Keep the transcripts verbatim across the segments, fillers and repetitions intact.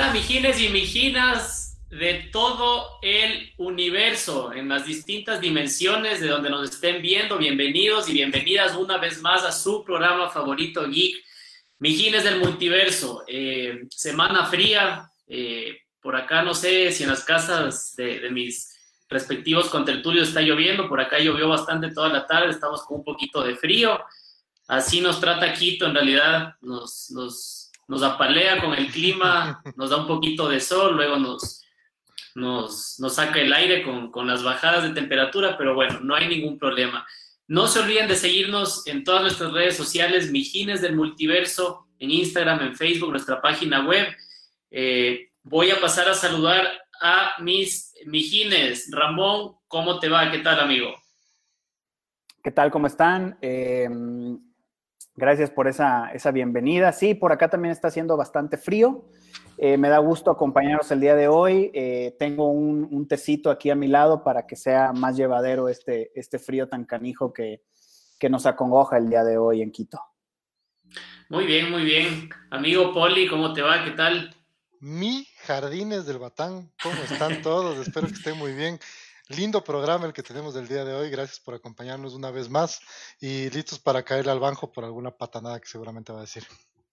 Hola, mijines y mijinas de todo el universo, en las distintas dimensiones de donde nos estén viendo. Bienvenidos y bienvenidas una vez más a su programa favorito geek, Mijines del Multiverso. Eh, semana fría, eh, por acá no sé si en las casas de, de mis respectivos contertulios está lloviendo. Por acá llovió bastante toda la tarde, estamos con un poquito de frío. Así nos trata Quito, en realidad nos... nos nos apalea con el clima, nos da un poquito de sol, luego nos, nos, nos saca el aire con, con las bajadas de temperatura, pero bueno, no hay ningún problema. No se olviden de seguirnos en todas nuestras redes sociales, Mijines del Multiverso, en Instagram, en Facebook, nuestra página web. Eh, voy a pasar a saludar a mis mijines. Ramón, ¿cómo te va? ¿Qué tal, amigo? ¿Qué tal? ¿Cómo están? Eh... Gracias por esa, esa bienvenida. Sí, por acá también está haciendo bastante frío. Eh, me da gusto acompañaros el día de hoy. Eh, tengo un, un tecito aquí a mi lado para que sea más llevadero este, este frío tan canijo que, que nos acongoja el día de hoy en Quito. Muy bien, muy bien. Amigo Poli, ¿cómo te va? ¿Qué tal? Mi Jardines del Batán, ¿cómo están todos? Espero que estén muy bien. Lindo programa el que tenemos del día de hoy, gracias por acompañarnos una vez más y listos para caer al banjo por alguna patanada que seguramente va a decir.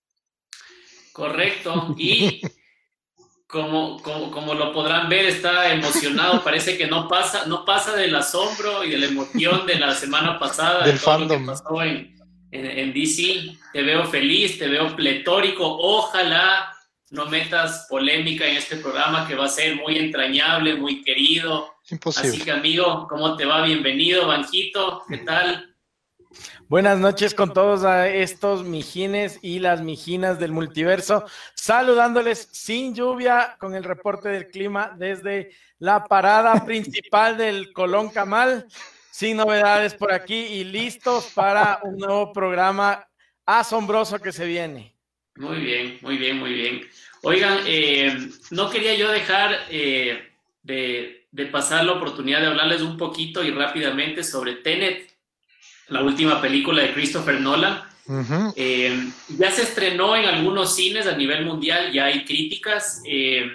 Correcto, y como, como, como lo podrán ver, está emocionado, parece que no pasa, no pasa del asombro y de la emoción de la semana pasada, del de todo fandom. Lo que pasó en, en, en D C. Te veo feliz, te veo pletórico, ojalá no metas polémica en este programa que va a ser muy entrañable, muy querido. Imposible. Así que, amigo, ¿cómo te va? Bienvenido, Banjito, ¿qué tal? Buenas noches con todos a estos mijines y las mijinas del multiverso, saludándoles sin lluvia con el reporte del clima desde la parada principal del Colón Camal, sin novedades por aquí y listos para un nuevo programa asombroso que se viene. Muy bien, muy bien, muy bien. Oigan, eh, no quería yo dejar eh, de, de pasar la oportunidad de hablarles un poquito y rápidamente sobre Tenet, la última película de Christopher Nolan. Uh-huh. Eh, ya se estrenó en algunos cines a nivel mundial, ya hay críticas. Eh,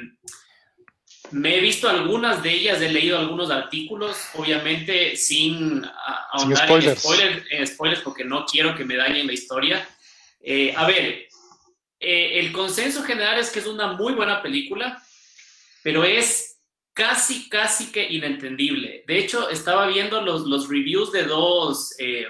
me he visto algunas de ellas, he leído algunos artículos, obviamente sin ahondar en spoilers, en spoilers porque no quiero que me dañen la historia. Eh, a ver, eh, el consenso general es que es una muy buena película, pero es casi, casi que inentendible. De hecho, estaba viendo los, los reviews de dos eh,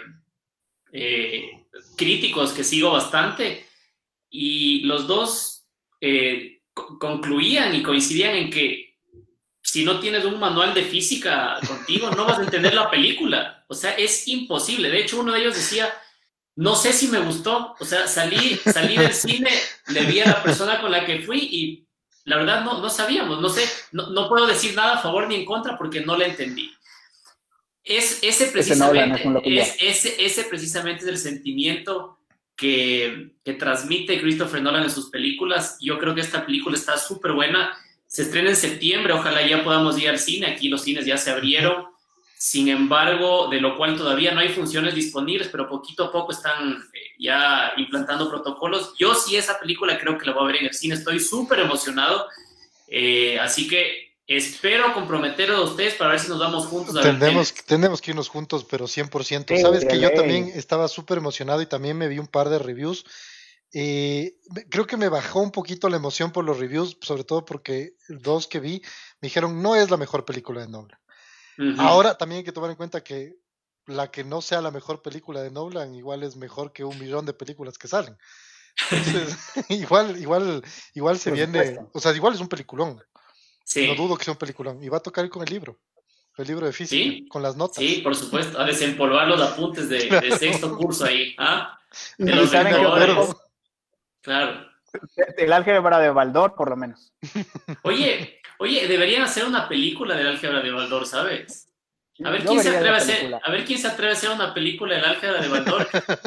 eh, críticos que sigo bastante y los dos eh, co- concluían y coincidían en que si no tienes un manual de física contigo, no vas a entender la película. O sea, es imposible. De hecho, uno de ellos decía, no sé si me gustó. O sea, salí, salí del cine, le vi a la persona con la que fui y la verdad no, no sabíamos, no sé, no, no puedo decir nada a favor ni en contra porque no la entendí. Es, ese, precisamente, ese, es, ese, ese precisamente es el sentimiento que, que transmite Christopher Nolan en sus películas. Yo creo que esta película está súper buena. Se estrena en septiembre, ojalá ya podamos ir al cine. Aquí los cines ya se abrieron. Sin embargo, de lo cual todavía no hay funciones disponibles, pero poquito a poco están eh, ya implantando protocolos. Yo sí esa película creo que la voy a ver en el cine, estoy súper emocionado, eh, así que espero comprometer a ustedes para ver si nos vamos juntos a Tendemos, ver. Tenemos que irnos juntos, pero cien por ciento. Sí, Sabes que yo también estaba súper emocionado y también me vi un par de reviews. Eh, creo que me bajó un poquito la emoción por los reviews, sobre todo porque dos que vi me dijeron no es la mejor película de Nolan. Uh-huh. Ahora también hay que tomar en cuenta que la que no sea la mejor película de Nolan igual es mejor que un millón de películas que salen. Entonces, igual, igual, igual se por viene, supuesto. O sea, igual es un peliculón. Sí. No dudo que sea un peliculón. Y va a tocar ir con el libro, el libro de física, ¿sí? Con las notas. Sí, por supuesto, a desempolvar los apuntes de, de sexto curso ahí, ¿ah? De los vendedores. Claro. El álgebra de Baldor, por lo menos. Oye, oye, deberían hacer una película del álgebra de Baldor, ¿sabes? A ver, quién se atreve a, hacer, a ver quién se atreve a hacer una película del álgebra de Baldor.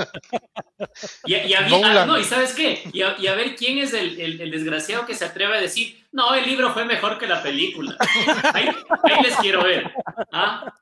Y, y, a, no, a, no, ¿y sabes qué? Y a, y a ver quién es el, el, el desgraciado que se atreve a decir, no, el libro fue mejor que la película. Ahí, ahí les quiero ver. ¿Ah?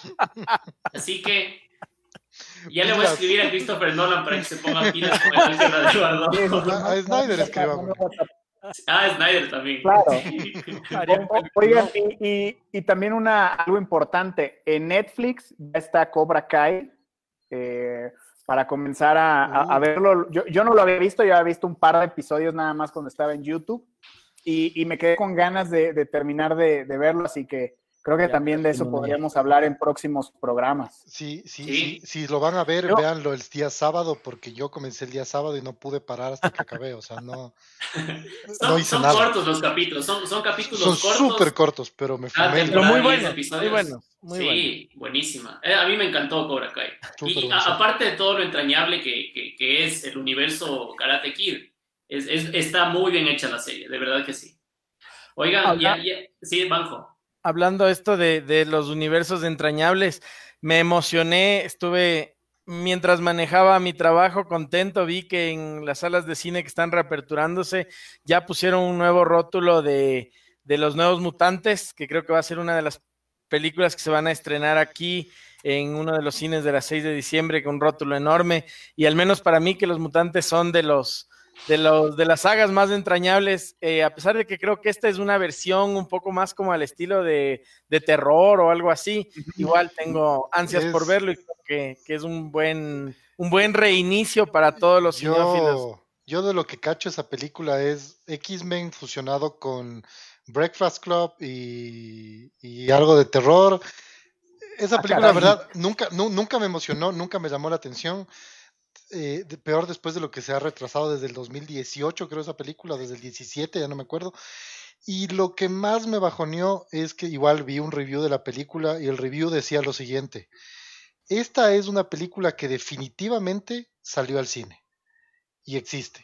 Así que ya le voy a escribir a Christopher Nolan para que se ponga pilas con el álgebra de Baldor. A Snyder escribamos. Ah, Snyder también. Claro. Harían O- o- película. Oigan, y, y- y también una, algo importante, en Netflix ya está Cobra Kai, eh, para comenzar a, a- a Uh. verlo. Yo, yo no lo había visto, yo había visto un par de episodios nada más cuando estaba en YouTube, y, y me quedé con ganas de, de terminar de, de verlo, así que creo que Ya también de eso terminé. podríamos hablar en próximos programas. Sí, sí, Sí. sí. Si lo van a ver, Yo- véanlo el día sábado, porque yo comencé el día sábado y no pude parar hasta que acabé. O sea, no, Son, no hice son nada. cortos los capítulos, son, son capítulos Son cortos. súper cortos, pero me Cada fumé el Pero temporada, muy diez bueno, episodios. muy bueno, muy sí, bueno. buenísima. Eh, a mí me encantó Cobra Kai. Súper Y buena a- serie. aparte de todo lo entrañable que, que, que es el universo Karate Kid, es, es- está muy bien hecha la serie, de verdad que sí. Oigan, Habla- ya, ya, sí, Banjo. Hablando esto de, de los universos entrañables, me emocioné, estuve, mientras manejaba mi trabajo, contento, vi que en las salas de cine que están reaperturándose ya pusieron un nuevo rótulo de, de Los Nuevos Mutantes, que creo que va a ser una de las películas que se van a estrenar aquí en uno de los cines de las seis de diciembre, con un rótulo enorme, y al menos para mí que Los Mutantes son de los de, los, de las sagas más entrañables, eh, a pesar de que creo que esta es una versión un poco más como al estilo de, de terror o algo así, igual tengo ansias Es- por verlo y creo que, que es un buen, un buen reinicio para todos los cinéfilos. Yo, yo de lo que cacho esa película es X-Men fusionado con Breakfast Club y, y algo de terror. Esa Ah, película, la caray. verdad, nunca, nu- nunca me emocionó, nunca me llamó la atención. Eh, de- peor después de lo que se ha retrasado desde el dos mil dieciocho, creo esa película, desde el diecisiete, ya no me acuerdo. Y lo que más me bajoneó es que igual vi un review de la película y el review decía lo siguiente: esta es una película que definitivamente salió al cine y existe.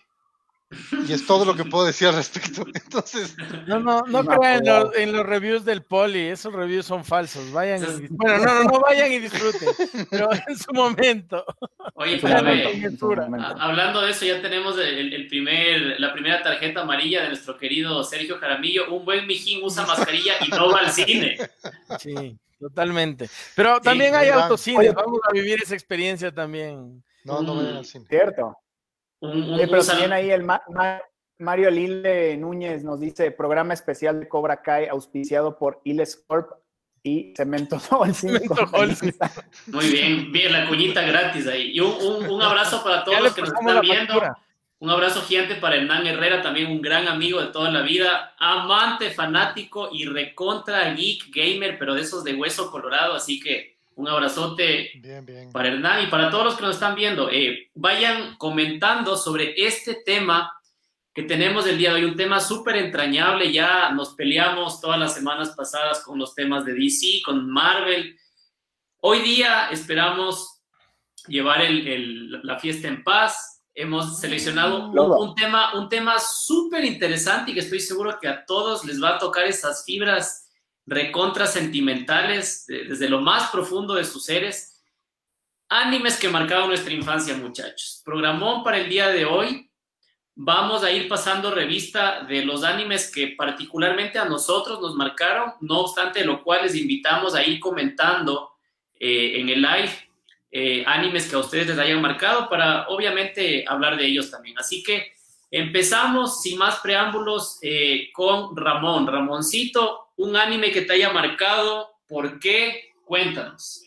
Y es todo lo que puedo decir al respecto. Entonces, No, no, no No, crean en, wow. los, en los reviews del Poli, esos reviews son falsos, vayan y, dis- bueno, no, no, no vayan y disfruten, pero en su momento. Oye, En su pero, momento, eh, en su momento. a- hablando de eso, ya tenemos el, el primer, la primera tarjeta amarilla de nuestro querido Sergio Jaramillo. Un buen mijín usa mascarilla y no va al cine. Sí, totalmente. Pero también hay venga. autocines, Oye, vamos a vivir esa experiencia también. no, no Mm. vayan al cine. Cierto. Un, un- Oye, un pero sal- también ahí el Ma- Ma- Mario Lille Núñez nos dice: programa especial de Cobra Kai auspiciado por Iles Corp y Cemento Holcim. Cemento Holcim. Muy bien, bien, la cuñita gratis ahí. Y un, un, un abrazo para todos Ya le los que nos pasamos están la viendo. factura. Un abrazo gigante para Hernán Herrera, también un gran amigo de toda la vida, amante, fanático y recontra geek gamer, pero de esos de hueso colorado, así que un abrazote Bien, bien. para Hernán y para todos los que nos están viendo. Eh, vayan comentando sobre este tema que tenemos el día de hoy, un tema súper entrañable. Ya nos peleamos todas las semanas pasadas con los temas de D C, con Marvel. Hoy día esperamos llevar el, el, la fiesta en paz. Hemos seleccionado un, un tema, un tema súper interesante y que estoy seguro que a todos les va a tocar esas fibras recontra sentimentales de, desde lo más profundo de sus seres. Animes que marcaron nuestra infancia, muchachos. Programón para el día de hoy. Vamos a ir pasando revista de los animes que particularmente a nosotros nos marcaron, no obstante lo cual les invitamos a ir comentando eh, en el live eh, animes que a ustedes les hayan marcado para obviamente hablar de ellos también. Así que empezamos sin más preámbulos eh, con Ramón. Ramoncito, un anime que te haya marcado, ¿por qué? Cuéntanos.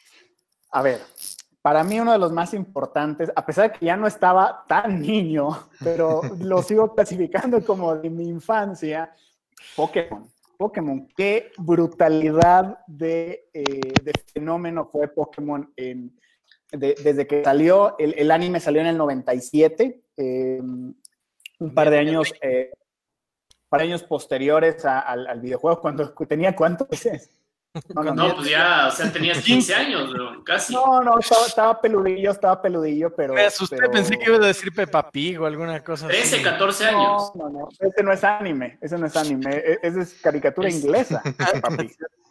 A ver, para mí uno de los más importantes, a pesar de que ya no estaba tan niño, pero lo sigo clasificando como de mi infancia, Pokémon. Pokémon, qué brutalidad de, eh, de fenómeno fue Pokémon en, de, desde que salió. El, el anime salió en el noventa y siete, eh, un par de años, eh, par de años posteriores a, al, al videojuego, cuando tenía ¿cuántos meses? No, no, no, pues ya, o sea, tenías quince años, casi. No, no, estaba, estaba peludillo, estaba peludillo, pero... Me asusté, pero... pensé que ibas a decir Peppa Pig o alguna cosa trece, así. catorce años. No, no, no, ese no es anime, ese no es anime, ese es caricatura es... inglesa, papi.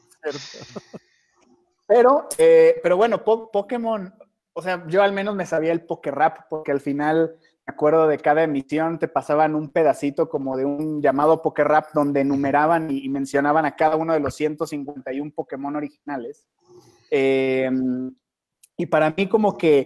Pero, eh, pero bueno, po Pokémon, o sea, yo al menos me sabía el Pokérap, porque al final, me acuerdo de cada emisión, te pasaban un pedacito como de un llamado Pokérap donde enumeraban y, y mencionaban a cada uno de los ciento cincuenta y uno Pokémon originales. Eh, y para mí como que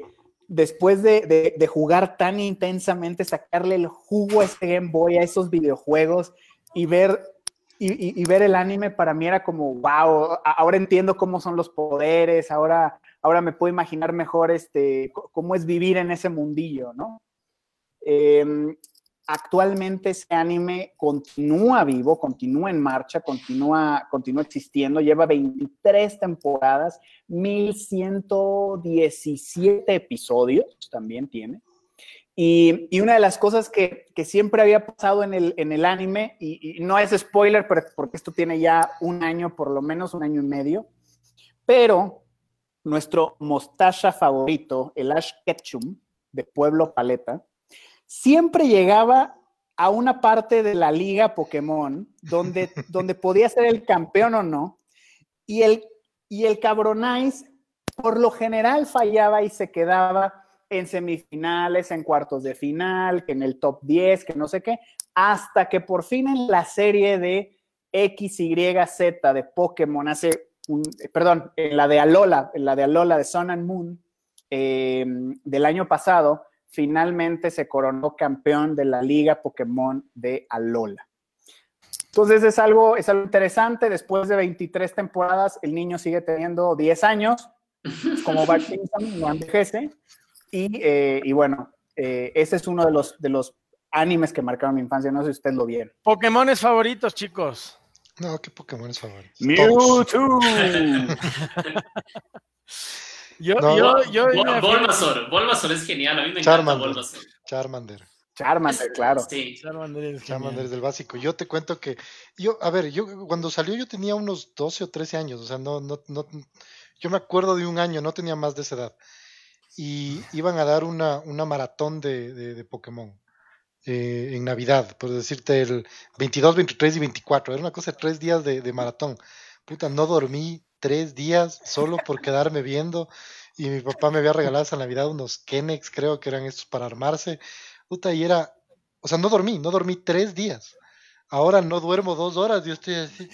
después de, de, de jugar tan intensamente, sacarle el jugo a ese Game Boy, a esos videojuegos y ver, y, y, y ver el anime, para mí era como, wow, ahora entiendo cómo son los poderes, ahora, ahora me puedo imaginar mejor este, cómo es vivir en ese mundillo, ¿no? Eh, actualmente ese anime continúa vivo, continúa en marcha, continúa, continúa existiendo, lleva veintitrés temporadas, mil ciento diecisiete episodios también tiene. Y, y una de las cosas que, que siempre había pasado en el, en el anime, y, y no es spoiler porque esto tiene ya un año, por lo menos un año y medio, pero nuestro mostaza favorito, el Ash Ketchum de Pueblo Paleta, siempre llegaba a una parte de la liga Pokémon donde, donde podía ser el campeón o no, y el, y el Cabronais por lo general fallaba y se quedaba en semifinales, en cuartos de final, que en el top diez, que no sé qué, hasta que por fin en la serie de X Y Z de Pokémon, hace un, perdón, en la de Alola, en la de Alola de Sun and Moon, eh, del año pasado, finalmente se coronó campeón de la Liga Pokémon de Alola. Entonces es algo, es algo interesante. Después de veintitrés temporadas, el niño sigue teniendo diez años, como Bart Simpson, no envejece. Y, eh, y bueno, eh, ese es uno de los, de los animes que marcaron mi infancia. No sé si ustedes lo vieron. Pokémones favoritos, chicos. No, ¿qué Pokémon es favorito? Mewtwo. Yo, No, yo, yo, Bol- Bulbasaur, Bulbasaur es genial, a mí me Charmander. encanta Bulbasaur. Charmander. Charmander, claro. Sí. Charmander es Charmander genial. es del básico. Yo te cuento que yo, a ver, yo cuando salió yo tenía unos doce o trece años, o sea, no, no, no, yo me acuerdo de un año, no tenía más de esa edad. Y iban a dar una, una maratón de, de, de Pokémon eh, en Navidad, por decirte el veintidós, veintitrés y veinticuatro. Era una cosa de tres días de, de maratón. Puta, no dormí tres días solo por quedarme viendo. Y mi papá me había regalado esa Navidad unos Kennex, creo que eran estos para armarse. Puta, y era, o sea, no dormí, no dormí tres días. Ahora no duermo dos horas, yo estoy así.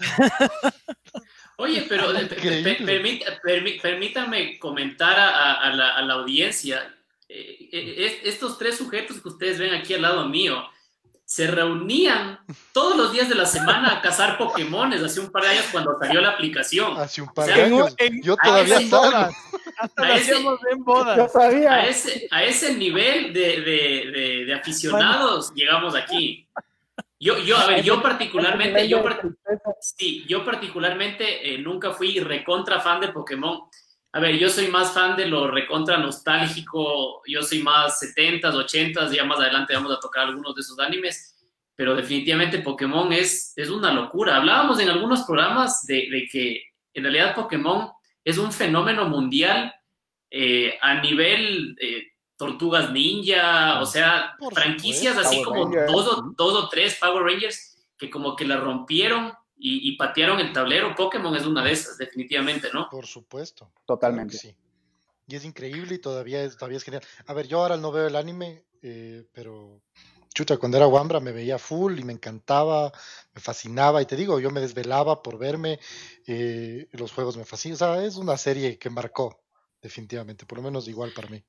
Oye, pero eh, pe- pe- Increíble. permí- permí- permítame comentar a, a la, a la audiencia. Eh, eh, es- estos tres sujetos que ustedes ven aquí al lado mío se reunían todos los días de la semana a cazar Pokémones hace un par de años cuando salió la aplicación. Hace un par O sea, de En un- años. en- Yo a todavía ese- salgo. Hasta A lo ese- hacíamos en Yo bodas. sabía. A ese, a ese nivel de, de, de, de aficionados llegamos aquí. Yo, yo, a ver, yo particularmente, yo, par- sí, yo particularmente eh, nunca fui recontra fan de Pokémon. A ver, yo soy más fan de lo recontra nostálgico, yo soy más setentas, ochentas, ya más adelante vamos a tocar algunos de esos animes, pero definitivamente Pokémon es, es una locura. Hablábamos en algunos programas de, de que en realidad Pokémon es un fenómeno mundial eh, a nivel eh, Tortugas Ninja, o sea, Por franquicias supuesto. así Power como Rangers. dos o, dos o tres Power Rangers que como que la rompieron y, y patearon el tablero. Pokémon es una de esas, definitivamente, ¿no? Por supuesto. Totalmente. Claro que sí. Y es increíble y todavía es, todavía es genial. A ver, yo ahora no veo el anime, eh, pero chuta, cuando era Wambra me veía full y me encantaba, me fascinaba. Y te digo, yo me desvelaba por verme, eh, los juegos me fascinan. O sea, es una serie que marcó, definitivamente, por lo menos igual para mí.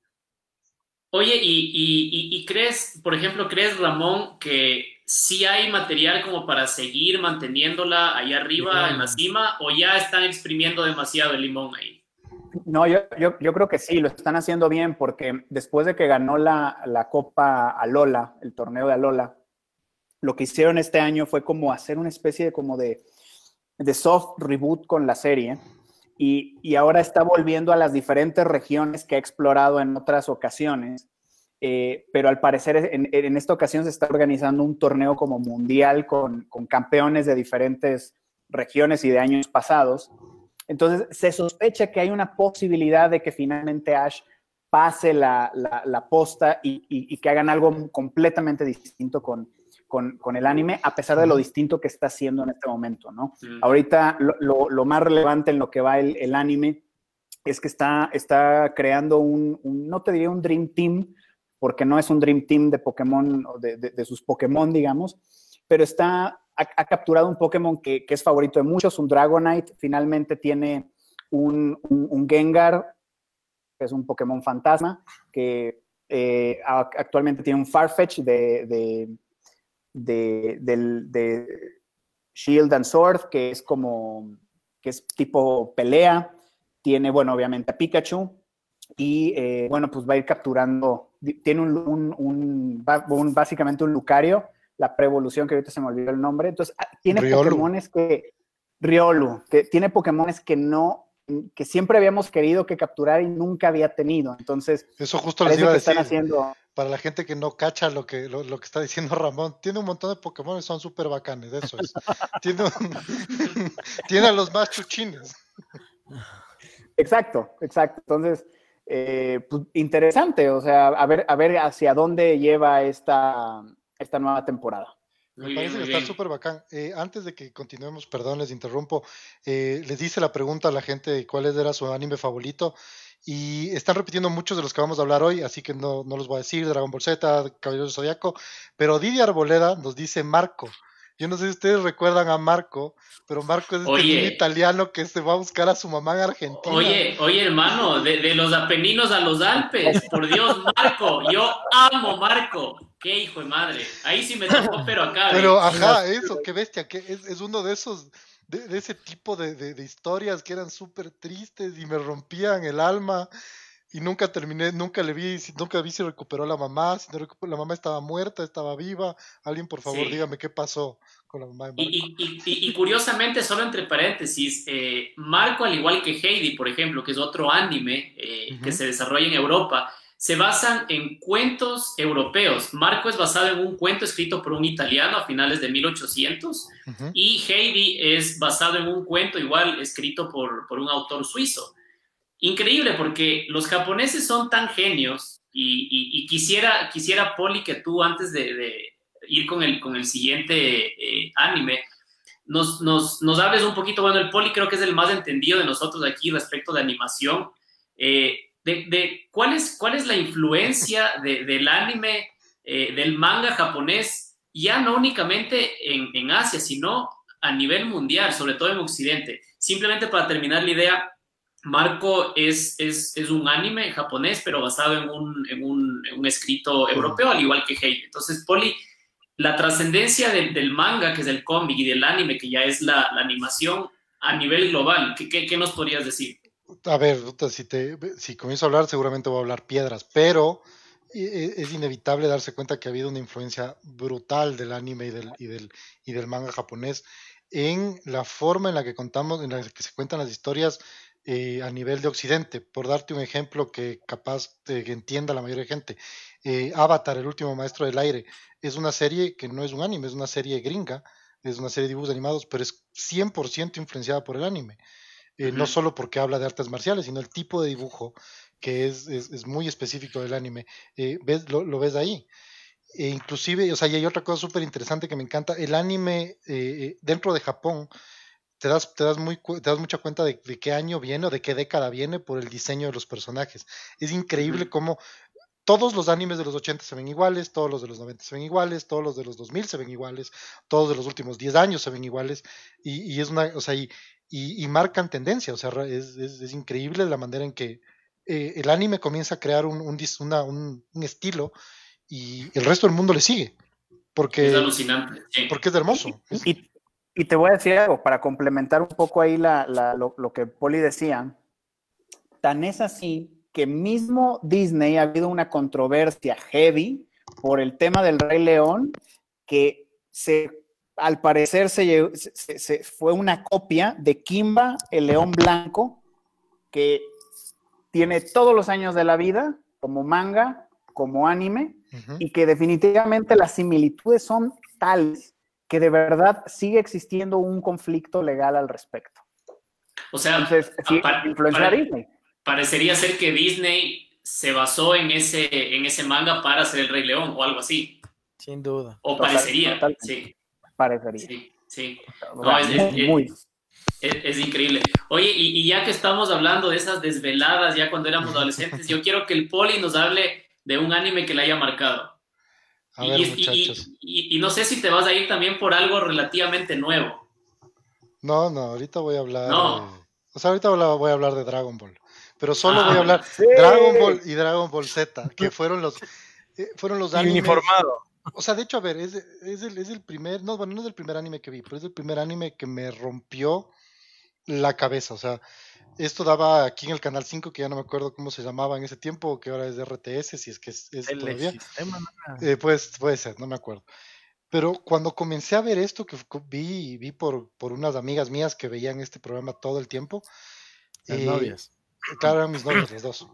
Oye, y, y, y, y crees, por ejemplo, ¿crees, Ramón, que sí hay material como para seguir manteniéndola ahí arriba en la cima o ya están exprimiendo demasiado el limón ahí? No, yo, yo, yo creo que sí, lo están haciendo bien porque después de que ganó la, la Copa Alola, el torneo de Alola, lo que hicieron este año fue como hacer una especie de como de, de soft reboot con la serie y, y ahora está volviendo a las diferentes regiones que ha explorado en otras ocasiones, eh, pero al parecer en, en esta ocasión se está organizando un torneo como mundial con, con campeones de diferentes regiones y de años pasados. Entonces, se sospecha que hay una posibilidad de que finalmente Ash pase la, la, la posta y, y, y que hagan algo completamente distinto con, con, con el anime, a pesar de lo distinto que está haciendo en este momento, ¿no? Mm. Ahorita, lo, lo, lo más relevante en lo que va el, el anime es que está, está creando un, un, no te diría un Dream Team, porque no es un Dream Team de Pokémon, de, de, de sus Pokémon, digamos, pero está... Ha, ha capturado un Pokémon que, que es favorito de muchos, un Dragonite, finalmente tiene un, un, un Gengar que es un Pokémon fantasma, que eh, actualmente tiene un Farfetch de, de, de, de, de Shield and Sword, que es como, que es tipo pelea. Tiene, bueno, obviamente a Pikachu. Y, eh, bueno, pues va a ir capturando, tiene un, un, un, un básicamente un Lucario, la pre-evolución, que ahorita se me olvidó el nombre. Entonces, tiene Riolu. Pokémones que, Riolu, que tiene Pokémones que no, que siempre habíamos querido que capturar y nunca había tenido. Entonces, eso justo les iba a que decir, están haciendo... para la gente que no cacha lo que, lo, lo que está diciendo Ramón, tiene un montón de Pokémon, son súper bacanes, eso es. tiene, un, tiene a los más chuchines. Exacto, exacto. Entonces, eh, pues, interesante, o sea, a ver, a ver hacia dónde lleva esta, esta nueva temporada. Me muy parece bien, que está súper bacán. Eh, antes de que continuemos, perdón, les interrumpo, eh, les hice la pregunta a la gente cuál era su anime favorito y están repitiendo muchos de los que vamos a hablar hoy, así que no, no los voy a decir, Dragon Ball Z, Caballeros del Zodiaco, pero Didi Arboleda nos dice Marco. Yo no sé si ustedes recuerdan a Marco, pero Marco es este oye, niño italiano que se va a buscar a su mamá en Argentina. Oye, oye, hermano, de, de los Apeninos a los Alpes, por Dios, Marco, yo amo Marco. Qué hijo de madre. Ahí sí me tocó, pero acá. Pero, ¿eh? ajá, eso, qué bestia, que es, es uno de esos, de, de ese tipo de, de, de historias que eran súper tristes y me rompían el alma. Y nunca terminé, nunca le vi, nunca vi si recuperó a la mamá, si no recuperó, la mamá estaba muerta, estaba viva. Alguien, por favor, sí. dígame qué pasó con la mamá de Marco. Y, y, y, y curiosamente, solo entre paréntesis, eh, Marco, al igual que Heidi, por ejemplo, que es otro anime eh, uh-huh. que se desarrolla en Europa, se basan en cuentos europeos. Marco es basado en un cuento escrito por un italiano a finales de mil ochocientos uh-huh. y Heidi es basado en un cuento igual escrito por, por un autor suizo. Increíble, porque los japoneses son tan genios y, y, y quisiera, quisiera, Poli, que tú antes de, de ir con el, con el siguiente eh, anime, nos, nos, nos hables un poquito. Bueno, el Poli creo que es el más entendido de nosotros aquí respecto de animación. Eh, de, de cuál, es, ¿Cuál es la influencia de, del anime, eh, del manga japonés, ya no únicamente en, en Asia, sino a nivel mundial, sobre todo en Occidente? Simplemente para terminar la idea, Marco es, es, es un anime japonés, pero basado en un, en un, en un escrito europeo, al igual que Heidi. Entonces, Poli, la trascendencia del, del manga, que es el cómic, y del anime, que ya es la, la animación a nivel global, ¿qué, qué, qué nos podrías decir? A ver, si, te, si comienzo a hablar, seguramente voy a hablar piedras, pero es inevitable darse cuenta que ha habido una influencia brutal del anime y del, y del, y del manga japonés en la forma en la que contamos, en la que se cuentan las historias eh, a nivel de Occidente. Por darte un ejemplo que capaz eh, que entienda la mayoría de gente, eh, Avatar, el último maestro del aire, es una serie que no es un anime, es una serie gringa, es una serie de dibujos animados, pero es cien por ciento influenciada por el anime. Eh, uh-huh. No solo porque habla de artes marciales, sino el tipo de dibujo que es, es, es muy específico del anime. Eh, ves, lo, lo ves ahí. E inclusive, o sea, y hay otra cosa súper interesante que me encanta, el anime eh, dentro de Japón, te das, te das, muy, te das mucha cuenta de, de qué año viene o de qué década viene por el diseño de los personajes. Es increíble uh-huh. cómo todos los animes de los ochenta se ven iguales, todos los de los noventa se ven iguales, todos los de los dos mil se ven iguales, todos de los últimos diez años se ven iguales, y, y es una, o sea, y, y, y marcan tendencia, o sea, es, es, es increíble la manera en que eh, el anime comienza a crear un, un, una, un, un estilo y el resto del mundo le sigue. Porque, es alucinante. Sí. Porque es hermoso. Y, y te voy a decir algo, para complementar un poco ahí la, la, lo, lo que Poli decía, tan es así que mismo Disney ha habido una controversia heavy por el tema del Rey León, que se, al parecer se, se, se fue una copia de Kimba, el león blanco, que tiene todos los años de la vida, como manga, como anime, uh-huh. y que definitivamente las similitudes son tales que de verdad sigue existiendo un conflicto legal al respecto. O sea, entonces, sí, para, influencia para, a Disney. Parecería ser que Disney se basó en ese, en ese manga para hacer el Rey León o algo así. Sin duda. O total, parecería, total, sí. Parecería. Sí, sí. No, no, es, es, muy... es, es increíble. Oye, y, y ya que estamos hablando de esas desveladas, ya cuando éramos adolescentes, yo quiero que el Poli nos hable de un anime que le haya marcado. A y, ver, y, muchachos. Y, y, y no sé si te vas a ir también por algo relativamente nuevo. No, no, ahorita voy a hablar... No. De... O sea, ahorita voy a hablar de Dragon Ball. pero solo Ah, voy a hablar sí. Dragon Ball y Dragon Ball Z, que fueron los, eh, fueron los animes. Uniformado. O sea, de hecho, a ver, es, es, el, es el primer, no, bueno, no es el primer anime que vi, pero es el primer anime que me rompió la cabeza. O sea, esto daba aquí en el Canal cinco, que ya no me acuerdo cómo se llamaba en ese tiempo, que ahora es de R T S, si es que es, es todavía. Sistema, eh, pues, puede ser, no me acuerdo. Pero cuando comencé a ver esto, que vi, vi por, por unas amigas mías que veían este programa todo el tiempo. Las eh, novias. Claro, eran mis novias, las dos.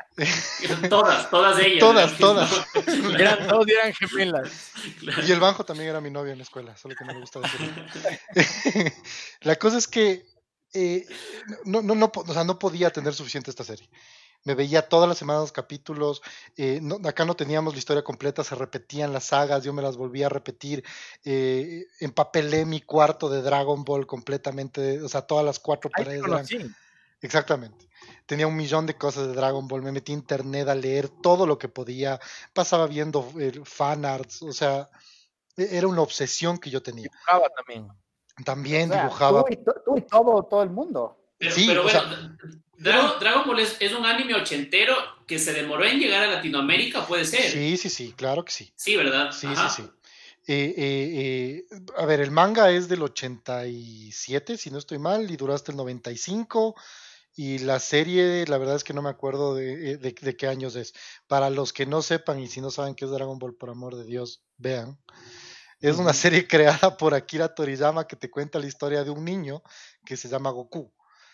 Todas, todas ellas. Todas, todas. No, Eran, todos eran gemelas. claro. Y el Banjo también era mi novia en la escuela, solo que no me gusta decirlo. La cosa es que eh, no, no, no, o sea, no podía tener suficiente esta serie. Me veía todas las semanas los capítulos, eh, no, acá no teníamos la historia completa, se repetían las sagas, yo me las volvía a repetir, eh, empapelé mi cuarto de Dragon Ball completamente, o sea, todas las cuatro Ahí te paredes eran... conocí. Exactamente. Tenía un millón de cosas de Dragon Ball, me metí a internet a leer todo lo que podía, pasaba viendo eh, fanarts, o sea, e- era una obsesión que yo tenía. Dibujaba también. También O sea, dibujaba. Tú y, to- tú y todo, todo el mundo. Pero, Sí, pero o bueno, sea, Dragon, Dragon Ball es, es un anime ochentero que se demoró en llegar a Latinoamérica, puede ser. sí, sí, sí, claro que sí. Sí, ¿verdad? Sí, Ajá. sí, sí. Eh, eh, eh, a ver, el manga es del ochenta y siete, si no estoy mal, y duró hasta el noventa y cinco. Y la serie, la verdad es que no me acuerdo de, de, de qué años es. Para los que no sepan y si no saben qué es Dragon Ball, por amor de Dios, vean. Es una Ujú. serie creada por Akira Toriyama que te cuenta la historia de un niño que se llama Goku.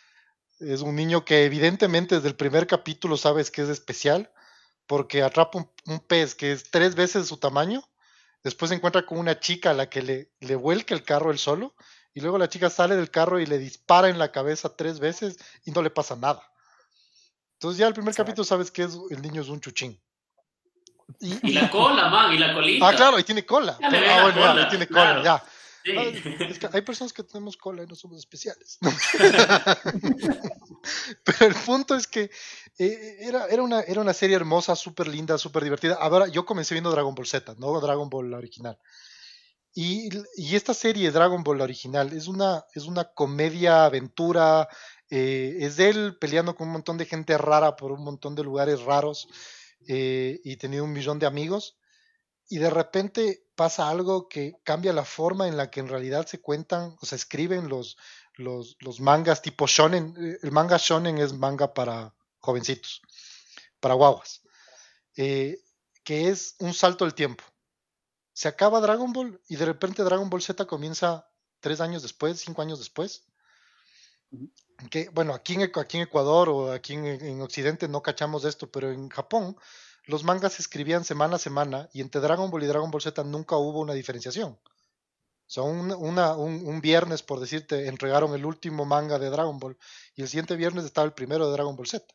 Es un niño que evidentemente desde el primer capítulo sabes que es especial porque atrapa un, un pez que es tres veces su tamaño. Después se encuentra con una chica a la que le, le vuelca el carro él solo. Y luego la chica sale del carro y le dispara en la cabeza tres veces y no le pasa nada. Entonces ya el primer Exacto. capítulo sabes que es, el niño es un chuchín. Y la cola, man, y la colita. Ah, claro, y tiene cola. Ya le ve Ah, la bueno, ya, cola, ahí tiene claro. cola, ya. Sí. Ah, es que hay personas que tenemos cola y no somos especiales. Pero el punto es que eh, era, era, una, era una serie hermosa, súper linda, súper divertida. Ahora, yo comencé viendo Dragon Ball Z, no Dragon Ball la original. Y, y esta serie, Dragon Ball la original, es una, es una comedia, aventura. Eh, es de él peleando con un montón de gente rara por un montón de lugares raros eh, y teniendo un millón de amigos. Y de repente pasa algo que cambia la forma en la que en realidad se cuentan, o se escriben los, los, los mangas tipo shonen. El manga shonen es manga para jovencitos, para guaguas, eh, que es un salto del tiempo. Se acaba Dragon Ball y de repente Dragon Ball Z comienza tres años después, cinco años después. Que, bueno, aquí en, aquí en Ecuador o aquí en, en Occidente no cachamos esto, pero en Japón los mangas se escribían semana a semana y entre Dragon Ball y Dragon Ball Z nunca hubo una diferenciación. O sea, un, una, un, un viernes, por decirte, entregaron el último manga de Dragon Ball y el siguiente viernes estaba el primero de Dragon Ball Z.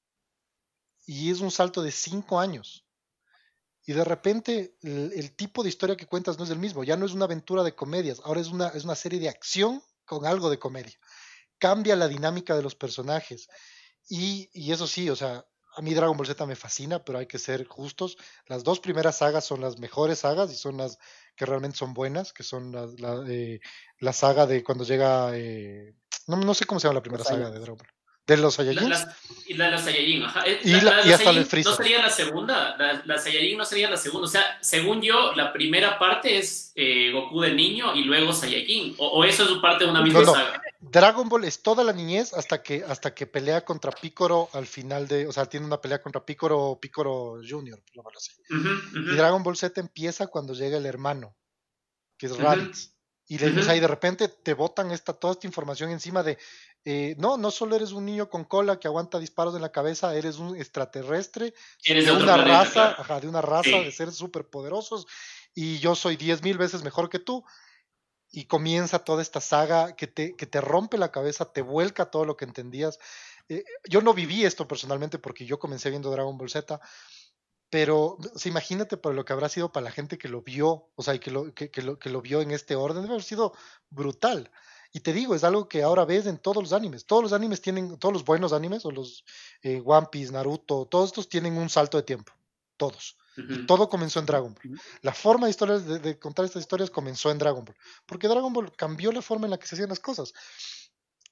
Y es un salto de cinco años. Y de repente el, el tipo de historia que cuentas no es el mismo. Ya no es una aventura de comedias, ahora es una, es una serie de acción con algo de comedia. Cambia la dinámica de los personajes. Y, y eso sí, o sea, a mí Dragon Ball Z me fascina, pero hay que ser justos. Las dos primeras sagas son las mejores sagas y son las que realmente son buenas, que son la, la, eh, la saga de cuando llega... Eh, no, no sé cómo se llama la primera Los saga Saiyans. de Dragon Ball. De los La, Saiyajins. las- y la de la Saiyajin, ajá. Eh, Y, la, la, la de y los hasta el Saiyajin Freezer. no sería la segunda. La, la Saiyajin no sería la segunda. O sea, según yo, la primera parte es eh, Goku de niño y luego Saiyajin. O, o eso es parte de una misma No, no. saga. Dragon Ball es toda la niñez hasta que, hasta que pelea contra Piccolo al final de... O sea, tiene una pelea contra Piccolo, Piccolo Junior, por llamarlo así. Ujú, ujú, Y Dragon Ball Z empieza cuando llega el hermano, que es ujú, Raditz. Y, le, o sea, y ujú. de repente te botan esta, toda esta información encima de, eh, no, no solo eres un niño con cola que aguanta disparos en la cabeza, eres un extraterrestre Eres de de otro una planeta, raza, claro. ajá, de una raza Sí. de seres superpoderosos y yo soy diez mil veces mejor que tú. Y comienza toda esta saga que te, que te rompe la cabeza, te vuelca todo lo que entendías. Eh, yo no viví esto personalmente porque yo comencé viendo Dragon Ball Z, pero o sea, imagínate por lo que habrá sido para la gente que lo vio, o sea, y que lo, que, que lo, que lo vio en este orden, debe haber sido brutal. Y te digo, es algo que ahora ves en todos los animes. Todos los animes tienen, todos los buenos animes, o los eh, One Piece, Naruto, todos estos tienen un salto de tiempo. Todos. Y Ujú. todo comenzó en Dragon Ball. La forma de, historias, de, de contar estas historias comenzó en Dragon Ball. Porque Dragon Ball cambió la forma en la que se hacían las cosas.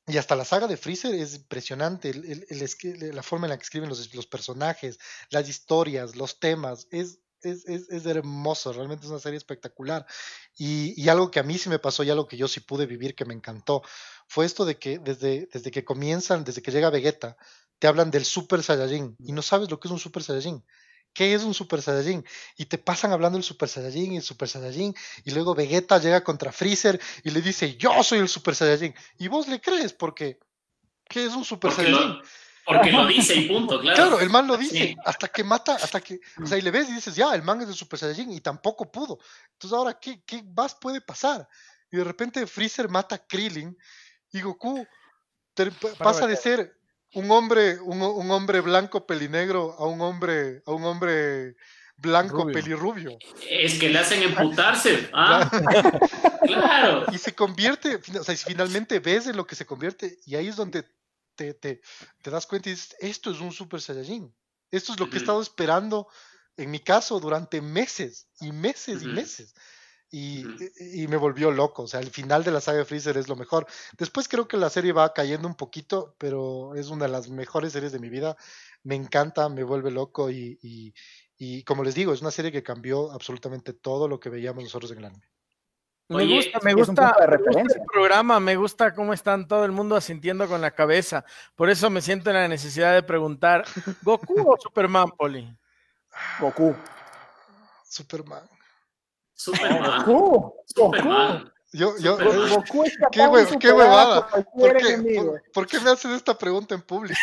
Y hasta la saga de Freezer es impresionante, el, el, el, la forma en la que escriben los, los personajes, las historias, los temas, es, es, es, es hermoso, realmente es una serie espectacular. Y, y algo que a mí sí me pasó y algo que yo sí pude vivir que me encantó, fue esto de que desde, desde que comienzan, desde que llega Vegeta, te hablan del Super Saiyajin y no sabes lo que es un Super Saiyajin. ¿Qué es un Super Saiyajin? Y te pasan hablando del Super Saiyajin y el Super Saiyajin, y luego Vegeta llega contra Freezer y le dice, yo soy el Super Saiyajin. Y vos le crees porque, ¿qué es un Super porque Saiyajin? Lo, porque lo dice y punto, claro. Claro, el man lo dice, sí. hasta que mata, hasta que, o sea, y le ves y dices, ya, el man es el Super Saiyajin, y tampoco pudo. Entonces ahora, ¿qué, qué más puede pasar? Y de repente Freezer mata a Krillin, y Goku te, pasa de ser un hombre, un, un hombre blanco pelinegro a un hombre, a un hombre blanco Rubio. pelirrubio. Es que le hacen emputarse. ¿Ah? Claro. Y se convierte, o sea, finalmente ves en lo que se convierte, y ahí es donde te, te, te das cuenta y dices, esto es un Super Saiyajin. Esto es lo que uh-huh. he estado esperando, en mi caso, durante meses y meses uh-huh. y meses. Y, uh-huh. y me volvió loco, o sea, el final de la saga de Freezer es lo mejor. Después creo que la serie va cayendo un poquito, pero es una de las mejores series de mi vida. Me encanta, me vuelve loco y, y, y como les digo, es una serie que cambió absolutamente todo lo que veíamos nosotros en el anime. Me Oye, gusta, me gusta, me gusta el programa, me gusta cómo están todo el mundo asintiendo con la cabeza. Por eso me siento en la necesidad de preguntar, ¿Goku o Superman, Poli? Goku. Superman. Superman. Goku. Superman. Yo, yo, Superman. Goku es capaz qué, hue, qué huevada. ¿Por qué, por, ¿Por qué me hacen esta pregunta en público?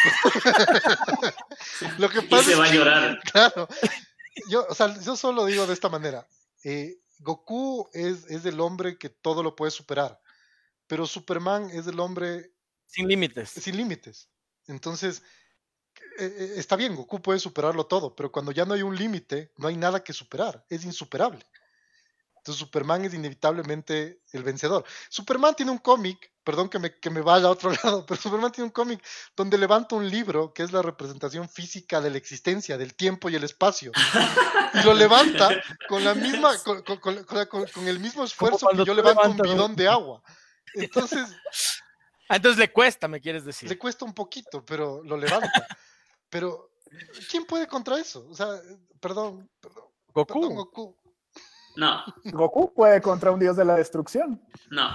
Lo que y pasa se es va que, a llorar. Claro. Yo, o sea, yo solo digo de esta manera. Eh, Goku es, es el hombre que todo lo puede superar, pero Superman es el hombre sin límites. Sin límites. Entonces, eh, está bien, Goku puede superarlo todo, pero cuando ya no hay un límite, no hay nada que superar, es insuperable. Entonces Superman es inevitablemente el vencedor. Superman tiene un cómic, perdón que me, que me vaya a otro lado, pero Superman tiene un cómic donde levanta un libro que es la representación física de la existencia, del tiempo y el espacio. Y lo levanta con la misma, con, con, con, con, con el mismo esfuerzo que yo levanto un bidón de agua. Entonces... Ah, entonces le cuesta, me quieres decir. Le cuesta un poquito, pero lo levanta. Pero, ¿quién puede contra eso? O sea, perdón, perdón. Goku. Perdón, Goku. No. Goku puede contra un dios de la destrucción. No.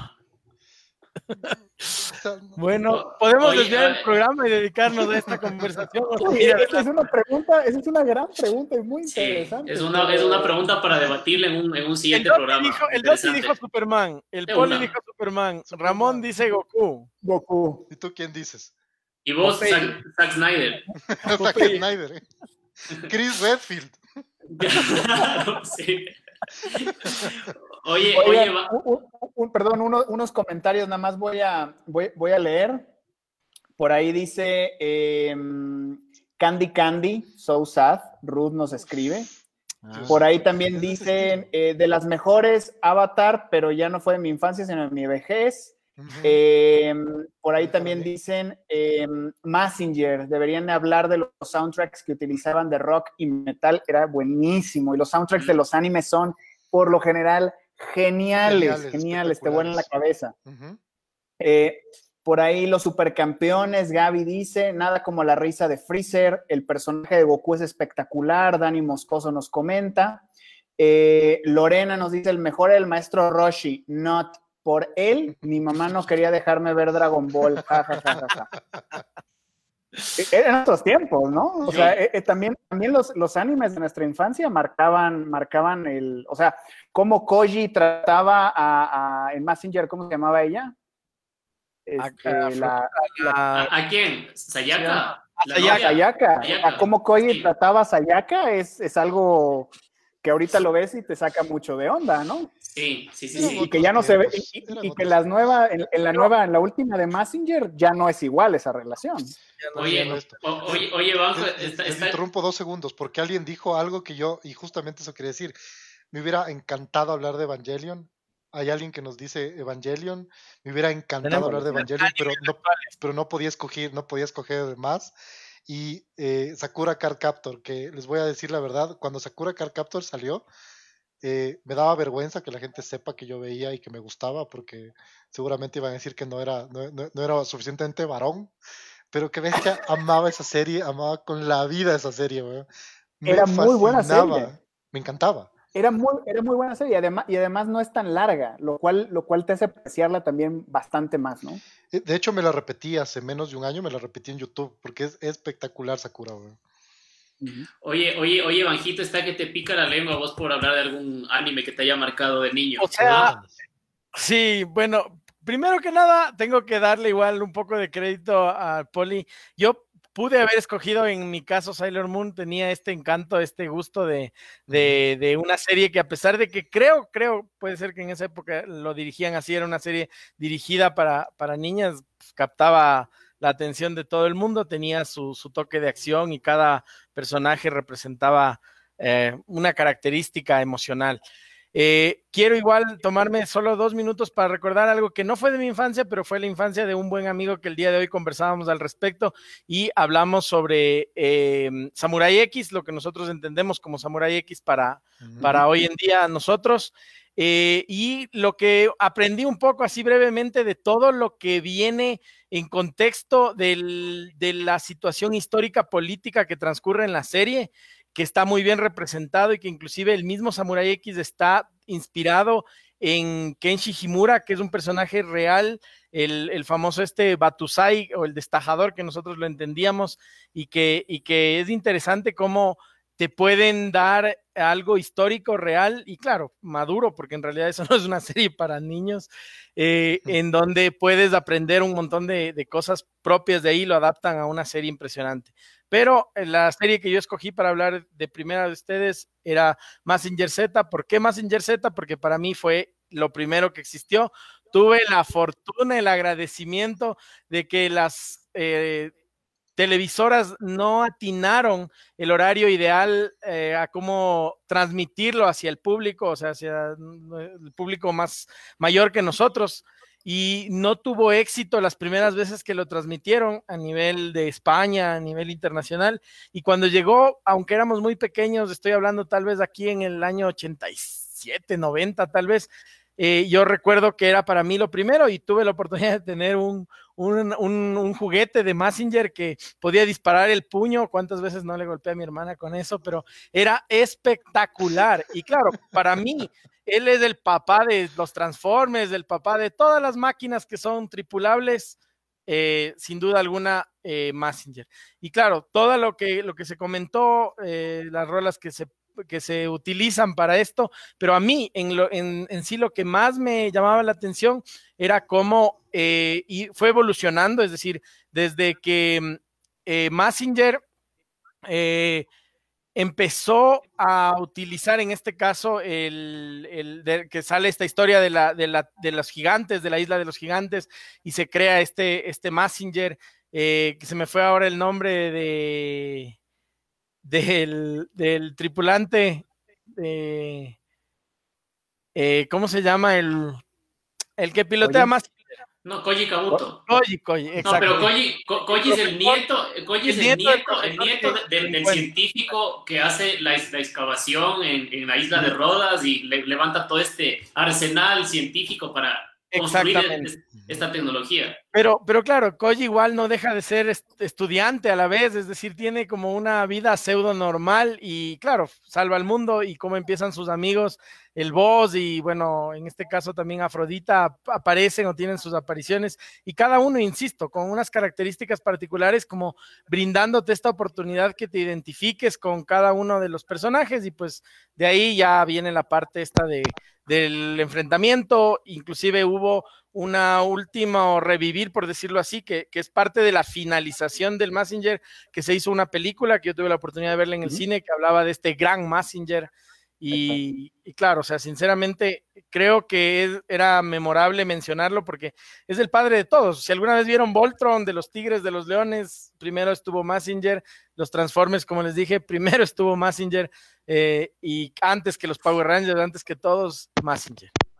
O sea, no. Bueno, podemos Oye, desviar a el ver. programa y dedicarnos a esta conversación. Sí, esa es una pregunta, esa es una gran pregunta y muy Sí, interesante. es una, es una pregunta para debatirla en un, en un siguiente el programa. Dijo, el Doti dijo Superman, el De Poli una. dijo Superman, Superman. Ramón dice Goku. Goku. ¿Y tú quién dices? Y vos, Popeye. Zack, Zack Snyder. Zack Snyder. ¿eh? Chris Redfield. Claro, sí. Oye, Oigan, oye, va- un- un- un- perdón, uno- unos comentarios nada más voy a, voy, voy a leer. Por ahí dice eh, Candy Candy, so sad, Ruth nos escribe. Ah. Por ahí también Es de ese dicen estilo. eh, de las mejores Avatar, pero ya no fue de mi infancia, sino de mi vejez. Ujú. Eh, por ahí Para también mí. dicen eh, Mazinger, deberían hablar de los soundtracks que utilizaban de rock y metal, era buenísimo. Y los soundtracks de los animes son, por lo general, geniales, Geniales, geniales, te vuelan la cabeza. Ujú. Eh, por ahí los supercampeones, Gaby dice, nada como la risa de Freezer, el personaje de Goku es espectacular, Dani Moscoso nos comenta. Eh, Lorena nos dice, el mejor es el maestro Roshi, not por él, mi mamá no quería dejarme ver Dragon Ball, ja, ja, ja, ja, ja. Eran otros tiempos, ¿no? O sea, eh, eh, también, también los, los animes de nuestra infancia marcaban, marcaban el, o sea, cómo Koji trataba a, a en Mazinger, ¿cómo se llamaba ella? Este, A- a- la, ¿a, a quién? ¿Sayaka? ¿La Sayaka. novia? Sayaka. Sayaka. A cómo Koji Sí. trataba a Sayaka es, es algo que ahorita lo ves y te saca mucho de onda, ¿no? Sí, sí, sí, Y, sí. y que ya no se ve, tiempos, y, y- eran y que otros las nuevas, en, en la nueva, en la última de Mazinger, ya no es igual esa relación. Oye, no, esto. o- oye, oye, Banco, Les, está, les está- interrumpo dos segundos porque alguien dijo algo que yo, y justamente eso quería decir, me hubiera encantado hablar de Evangelion. Hay alguien que nos dice Evangelion, me hubiera encantado Tenemos hablar de los Evangelion, pero no, pero no podía escoger, no podía escoger más. Y eh, Sakura Card Captor, que les voy a decir la verdad, cuando Sakura Card Captor salió, Eh, me daba vergüenza que la gente sepa que yo veía y que me gustaba, porque seguramente iban a decir que no era, no, no, no era suficientemente varón, pero que bestia, amaba esa serie, amaba con la vida esa serie, weón. Me Era muy buena serie. fascinaba, me encantaba. Era muy, era muy buena serie y además, y además no es tan larga, lo cual, lo cual te hace apreciarla también bastante más, ¿no? Eh, De hecho, me la repetí hace menos de un año, me la repetí en YouTube, porque es espectacular Sakura, weón. Oye, oye, oye, Banjito, está que te pica la lengua vos por hablar de algún anime que te haya marcado de niño. O sea, sí, bueno, primero que nada, tengo que darle igual un poco de crédito a Poli. Yo pude haber escogido, en mi caso, Sailor Moon tenía este encanto, este gusto de, de, de una serie que, a pesar de que creo, creo, puede ser que en esa época lo dirigían así, era una serie dirigida para, para niñas, pues, captaba la atención de todo el mundo, tenía su, su toque de acción y cada personaje representaba eh, una característica emocional. Eh, quiero igual tomarme solo dos minutos para recordar algo que no fue de mi infancia, pero fue la infancia de un buen amigo que el día de hoy conversábamos al respecto y hablamos sobre eh, Samurai X, lo que nosotros entendemos como Samurai X para, uh-huh. para hoy en día nosotros. Eh, y lo que aprendí un poco así brevemente de todo lo que viene en contexto del, de la situación histórica política que transcurre en la serie, que está muy bien representado y que inclusive el mismo Samurai X está inspirado en Kenshi Himura, que es un personaje real, el, el famoso este Batusai o el destajador que nosotros lo entendíamos, y que, y que es interesante cómo te pueden dar algo histórico real y claro, maduro, porque en realidad eso no es una serie para niños, eh, en donde puedes aprender un montón de, de cosas propias de ahí, lo adaptan a una serie impresionante. Pero la serie que yo escogí para hablar de primera de ustedes era Mazinger Z. ¿Por qué Mazinger Z? Porque para mí fue lo primero que existió. Tuve la fortuna, el agradecimiento de que las eh, televisoras no atinaron el horario ideal eh, a cómo transmitirlo hacia el público, o sea, hacia el público más mayor que nosotros. Y no tuvo éxito las primeras veces que lo transmitieron a nivel de España, a nivel internacional, y cuando llegó, aunque éramos muy pequeños, estoy hablando tal vez aquí en el año ochenta y siete, noventa tal vez, eh, yo recuerdo que era para mí lo primero y tuve la oportunidad de tener un, un, un, un juguete de Mazinger que podía disparar el puño. Cuántas veces no le golpeé a mi hermana con eso, pero era espectacular. Y claro, para mí, él es el papá de los Transformers, el papá de todas las máquinas que son tripulables, eh, sin duda alguna, eh, Mazinger. Y claro, todo lo que, lo que se comentó, eh, las rolas que se que se utilizan para esto, pero a mí en, lo, en, en sí lo que más me llamaba la atención era cómo eh, y fue evolucionando, es decir, desde que eh, Mazinger eh, empezó a utilizar en este caso el, el de, que sale esta historia de, la, de, la, de los gigantes, de la isla de los gigantes, y se crea este, este Mazinger, eh, que se me fue ahora el nombre de... Del, del tripulante, de, eh, ¿cómo se llama? El, el que pilotea Koji. más. No, Koji Kabuto. Koji, Koji, exacto. No, pero Koji, Ko, Koji es el nieto, Koji es el nieto, el nieto de, de, del científico que hace la, la excavación en, en la isla de Rodas y le, levanta todo este arsenal científico para construir esta tecnología. Pero, pero claro, Koji igual no deja de ser est- estudiante a la vez, es decir, tiene como una vida pseudo normal y claro, salva al mundo y cómo empiezan sus amigos, el boss y bueno, en este caso también Afrodita ap- aparecen o tienen sus apariciones y cada uno, insisto, con unas características particulares como brindándote esta oportunidad que te identifiques con cada uno de los personajes y pues de ahí ya viene la parte esta de, del enfrentamiento, inclusive hubo una última revivir, por decirlo así, que, que es parte de la finalización del Mazinger, que se hizo una película que yo tuve la oportunidad de verla en el uh-huh. cine, que hablaba de este gran Mazinger, y, y claro, o sea, sinceramente creo que es, era memorable mencionarlo porque es el padre de todos. Si alguna vez vieron Voltron de los Tigres de los Leones, primero estuvo Mazinger, los Transformers, como les dije, primero estuvo Mazinger, eh, y antes que los Power Rangers, antes que todos, Mazinger.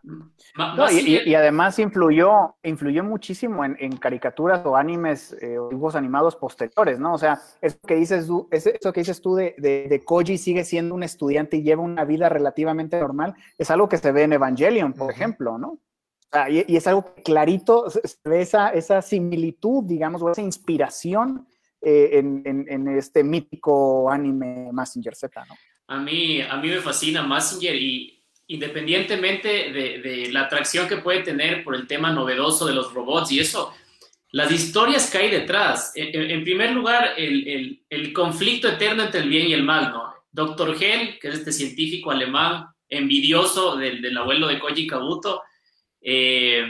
No, y, y, y además influyó, influyó muchísimo en, en caricaturas o animes eh, o dibujos animados posteriores, ¿no? O sea, eso que dices tú, eso que dices tú de, de, de Koji sigue siendo un estudiante y lleva una vida relativamente normal, es algo que se ve en Evangelion, por uh-huh. ejemplo, ¿no? O sea, y, y es algo que clarito, se ve esa, esa similitud, digamos, o esa inspiración eh, en, en, en este mítico anime Mazinger Z, ¿no? A mí, a mí me fascina Mazinger y independientemente de, de la atracción que puede tener por el tema novedoso de los robots y eso, las historias que hay detrás. En, en primer lugar, el, el, el conflicto eterno entre el bien y el mal, ¿no? doctor Hell, que es este científico alemán envidioso del, del abuelo de Koji Kabuto. Eh,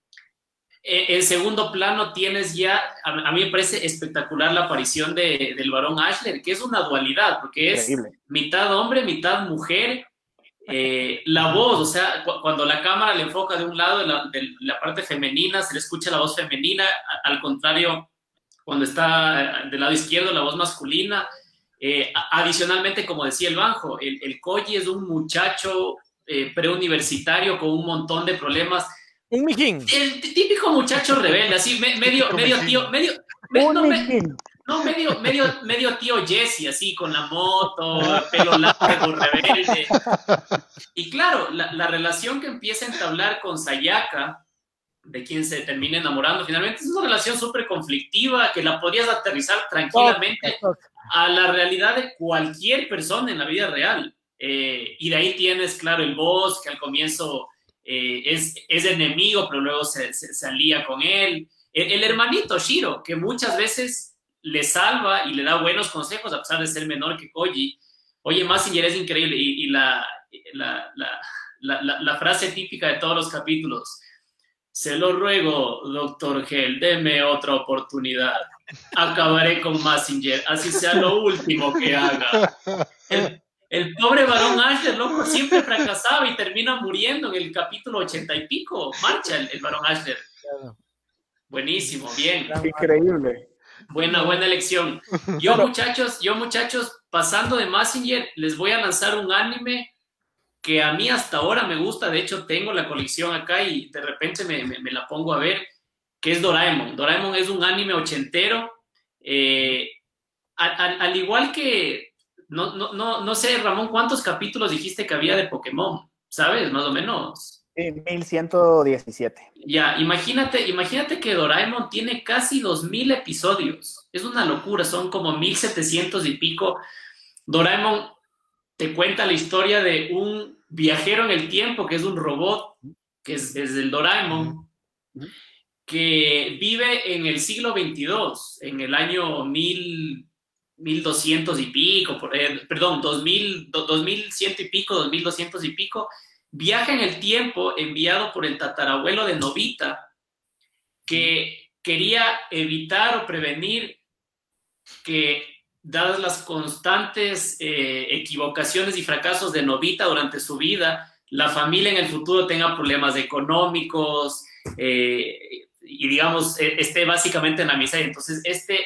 en segundo plano tienes ya, a, a mí me parece espectacular la aparición de, del Barón Ashler, que es una dualidad, porque es Increíble. mitad hombre, mitad mujer. Eh, la voz, o sea, cu cuando la cámara le enfoca de un lado de la, de la parte femenina, se le escucha la voz femenina, a, al contrario, cuando está del lado izquierdo, la voz masculina. Eh, adicionalmente, como decía el Banjo, el, el Koji es un muchacho eh, preuniversitario con un montón de problemas. Un mijín. El típico muchacho rebelde, así, me, medio, medio tío, medio... Me, no, me, No, medio, medio, medio tío Jesse, así, con la moto, pelo largo, rebelde. Y claro, la, la relación que empieza a entablar con Sayaka, de quien se termina enamorando finalmente, es una relación súper conflictiva que la podías aterrizar tranquilamente a la realidad de cualquier persona en la vida real. Eh, y de ahí tienes, claro, el boss, que al comienzo eh, es, es enemigo, pero luego se, se, se alía con él. El, el hermanito Shiro, que muchas veces le salva y le da buenos consejos a pesar de ser menor que Koji. Oye, Mazinger es increíble. Y, y la, la, la, la, la, la frase típica de todos los capítulos: se lo ruego, doctor Hell, deme otra oportunidad. Acabaré con Mazinger, así sea lo último que haga. El, el pobre Barón Ashler, loco, siempre fracasaba y termina muriendo en el capítulo ochenta y pico. Marcha el, el Barón Ashler. Buenísimo, bien. Increíble. Buena, buena elección. Yo, muchachos, yo, muchachos, pasando de Mazinger, les voy a lanzar un anime que a mí hasta ahora me gusta. De hecho, tengo la colección acá y de repente me, me, me la pongo a ver, que es Doraemon. Doraemon es un anime ochentero. Eh, al, al, al igual que, no, no, no, no sé, Ramón, ¿cuántos capítulos dijiste que había de Pokémon? ¿Sabes? Más o menos. mil ciento diecisiete. Ya, imagínate, imagínate que Doraemon tiene casi dos mil episodios. Es una locura, son como mil setecientos y pico. Doraemon te cuenta la historia de un viajero en el tiempo, que es un robot, que es, es el Doraemon, que vive en el siglo veintidós, en el año mil, mil doscientos y pico, por, eh, perdón, dos mil, dos mil cien y pico, dos mil doscientos y pico. Viaja en el tiempo enviado por el tatarabuelo de Nobita, que quería evitar o prevenir que, dadas las constantes eh, equivocaciones y fracasos de Nobita durante su vida, la familia en el futuro tenga problemas económicos eh, y, digamos, esté básicamente en la miseria. Entonces, este,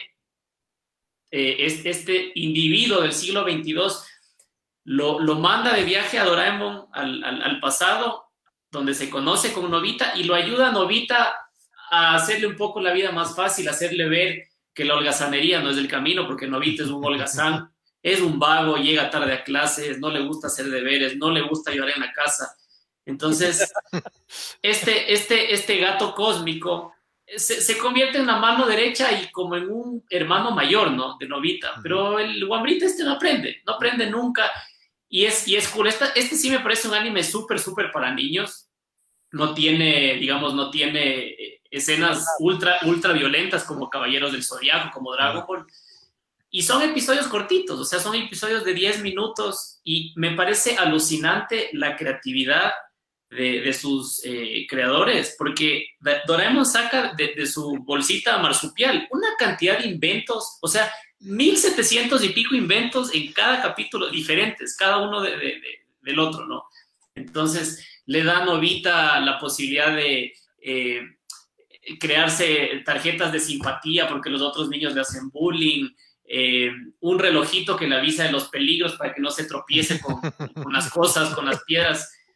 eh, este, este individuo del siglo veintidós Lo, lo manda de viaje a Doraemon al, al, al pasado, donde se conoce con Nobita y lo ayuda a Nobita a hacerle un poco la vida más fácil, hacerle ver que la holgazanería no es el camino, porque Nobita es un holgazán, es un vago, llega tarde a clases, no le gusta hacer deberes, no le gusta ayudar en la casa. Entonces, este, este, este gato cósmico se, se convierte en la mano derecha y como en un hermano mayor, ¿no?, de Nobita. Pero el guambrita este no aprende, no aprende nunca. Y es, y es cool. Esta, este sí me parece un anime súper, súper para niños. No tiene, digamos, no tiene escenas ultra, ultra violentas como Caballeros del Zodiaco, como Dragon Ball. Y son episodios cortitos, o sea, son episodios de diez minutos. Y me parece alucinante la creatividad de, de sus eh, creadores, porque Doraemon saca de, de su bolsita marsupial una cantidad de inventos, o sea, mil setecientos y pico inventos en cada capítulo diferentes, cada uno de, de, de, del otro, ¿no? Entonces le da a Nobita la posibilidad de eh, crearse tarjetas de simpatía porque los otros niños le hacen bullying, eh, un relojito que le avisa de los peligros para que no se tropiece con, con las cosas, con las piedras.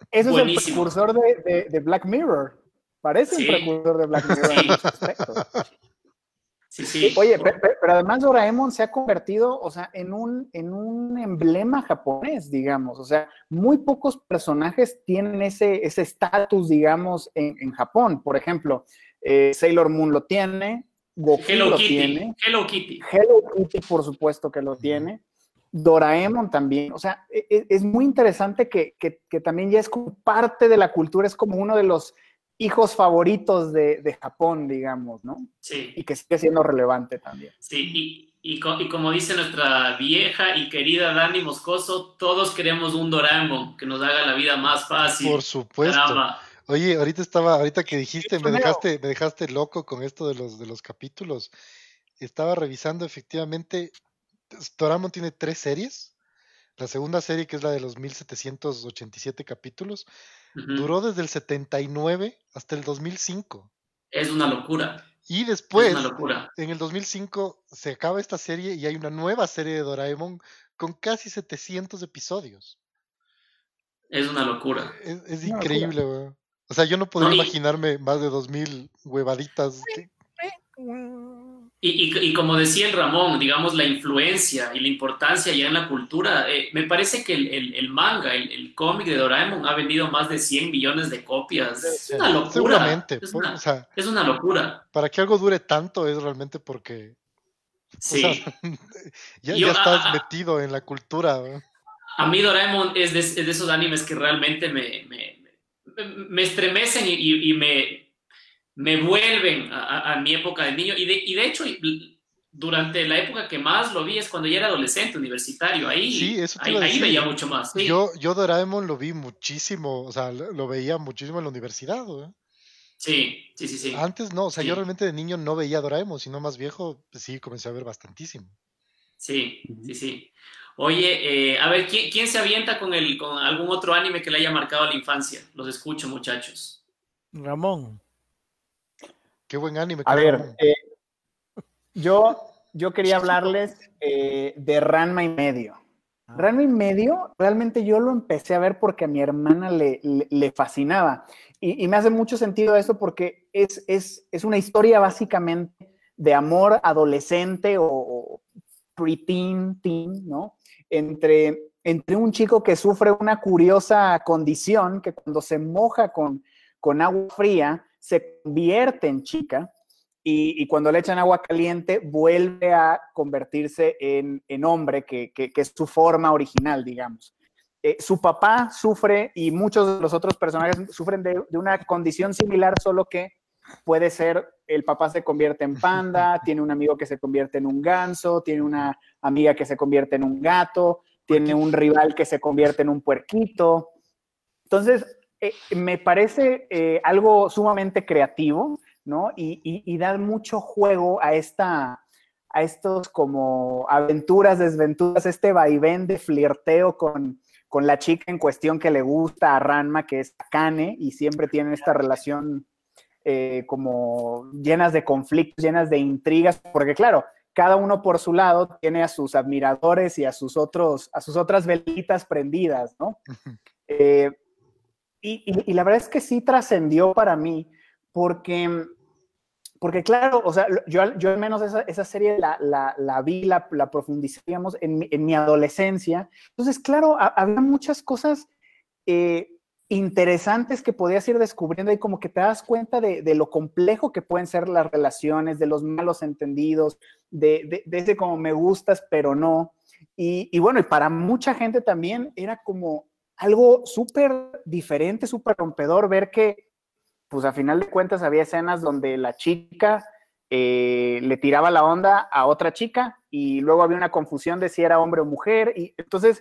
Eso Buenísimo. Es el precursor de, de, de Black Mirror. Parece sí. un precursor de Black Mirror. Sí. En muchos aspectos. Sí, sí. Oye, pero, pero además Doraemon se ha convertido, o sea, en un, en un emblema japonés, digamos. O sea, muy pocos personajes tienen ese estatus, digamos, en, en Japón. Por ejemplo, eh, Sailor Moon lo tiene, Goku Hello lo Kitty. tiene. Hello Kitty. Hello Kitty, por supuesto que lo tiene. Doraemon también. O sea, es, es muy interesante que, que, que también ya es como parte de la cultura, es como uno de los hijos favoritos de, de Japón, digamos, ¿no? Sí. Y que sigue siendo relevante también. Sí, y, y, y como dice nuestra vieja y querida Dani Moscoso, todos queremos un Doraemon que nos haga la vida más fácil. Por supuesto. Caramba. Oye, ahorita estaba, ahorita que dijiste, me dejaste, me dejaste loco con esto de los, de los capítulos. Estaba revisando, efectivamente, Doraemon tiene tres series. La segunda serie, que es la de los mil setecientos ochenta y siete capítulos, uh-huh. duró desde el setenta y nueve hasta el dos mil cinco. Es una locura. Y después, es una locura. en el dos mil cinco, se acaba esta serie y hay una nueva serie de Doraemon con casi setecientos episodios. Es una locura. Es, es increíble, güey. O sea, yo no podría no, y... imaginarme más de dos mil huevaditas. Que... Y, y, y como decía el Ramón, digamos, la influencia y la importancia ya en la cultura, eh, me parece que el, el, el manga, el, el cómic de Doraemon ha vendido más de cien millones de copias. Es una locura. Seguramente. Es, por, una, o sea, es una locura. Para que algo dure tanto es realmente porque... Sí. O sea, ya, Yo, ya estás a, metido en la cultura. ¿no? A mí Doraemon es de, es de esos animes que realmente me, me, me, me estremecen y, y, y me... me vuelven a, a mi época de niño, y de, y de hecho, durante la época que más lo vi es cuando ya era adolescente, universitario, ahí, sí, eso te ahí, ahí veía mucho más. Sí. Yo, yo Doraemon lo vi muchísimo, o sea, lo, lo veía muchísimo en la universidad, ¿eh? Sí, sí, sí, sí. Antes no, o sea, sí. yo realmente de niño no veía Doraemon, sino más viejo, pues sí, comencé a ver bastantísimo. Sí, sí, sí. Oye, eh, a ver, ¿quién, ¿quién se avienta con, el, con algún otro anime que le haya marcado la infancia? Los escucho, muchachos. Ramón. Qué buen anime. A ver, eh, yo, yo quería hablarles eh, de Ranma y medio. Ah. Ranma y medio, realmente yo lo empecé a ver porque a mi hermana le, le, le fascinaba. Y, y me hace mucho sentido eso porque es, es, es una historia básicamente de amor adolescente o, o preteen, teen, ¿no? Entre, entre un chico que sufre una curiosa condición que cuando se moja con, con agua fría se convierte en chica y, y cuando le echan agua caliente vuelve a convertirse en, en hombre, que, que, que es su forma original, digamos. Eh, su papá sufre, y muchos de los otros personajes sufren de, de una condición similar, solo que puede ser, el papá se convierte en panda, tiene un amigo que se convierte en un ganso, tiene una amiga que se convierte en un gato, tiene un rival que se convierte en un puerquito. Entonces, Eh, me parece eh, algo sumamente creativo, ¿no? Y, y, y da mucho juego a, esta, a estos como aventuras, desventuras, este vaivén de flirteo con, con la chica en cuestión que le gusta a Ranma, que es Akane, y siempre tienen esta relación eh, como llenas de conflictos, llenas de intrigas, porque claro, cada uno por su lado tiene a sus admiradores y a sus, otros, a sus otras velitas prendidas, ¿no? Eh, Y, y, y la verdad es que sí trascendió para mí, porque, porque claro, o sea, yo, yo al menos esa, esa serie la, la, la vi, la, la profundicé, digamos, en mi, en mi adolescencia. Entonces, claro, a, había muchas cosas eh, interesantes que podías ir descubriendo y como que te das cuenta de, de lo complejo que pueden ser las relaciones, de los malos entendidos, de, de, de ese como me gustas, pero no. Y, y bueno, y para mucha gente también era como algo súper diferente, súper rompedor, ver que, pues a final de cuentas había escenas donde la chica eh, le tiraba la onda a otra chica y luego había una confusión de si era hombre o mujer, y entonces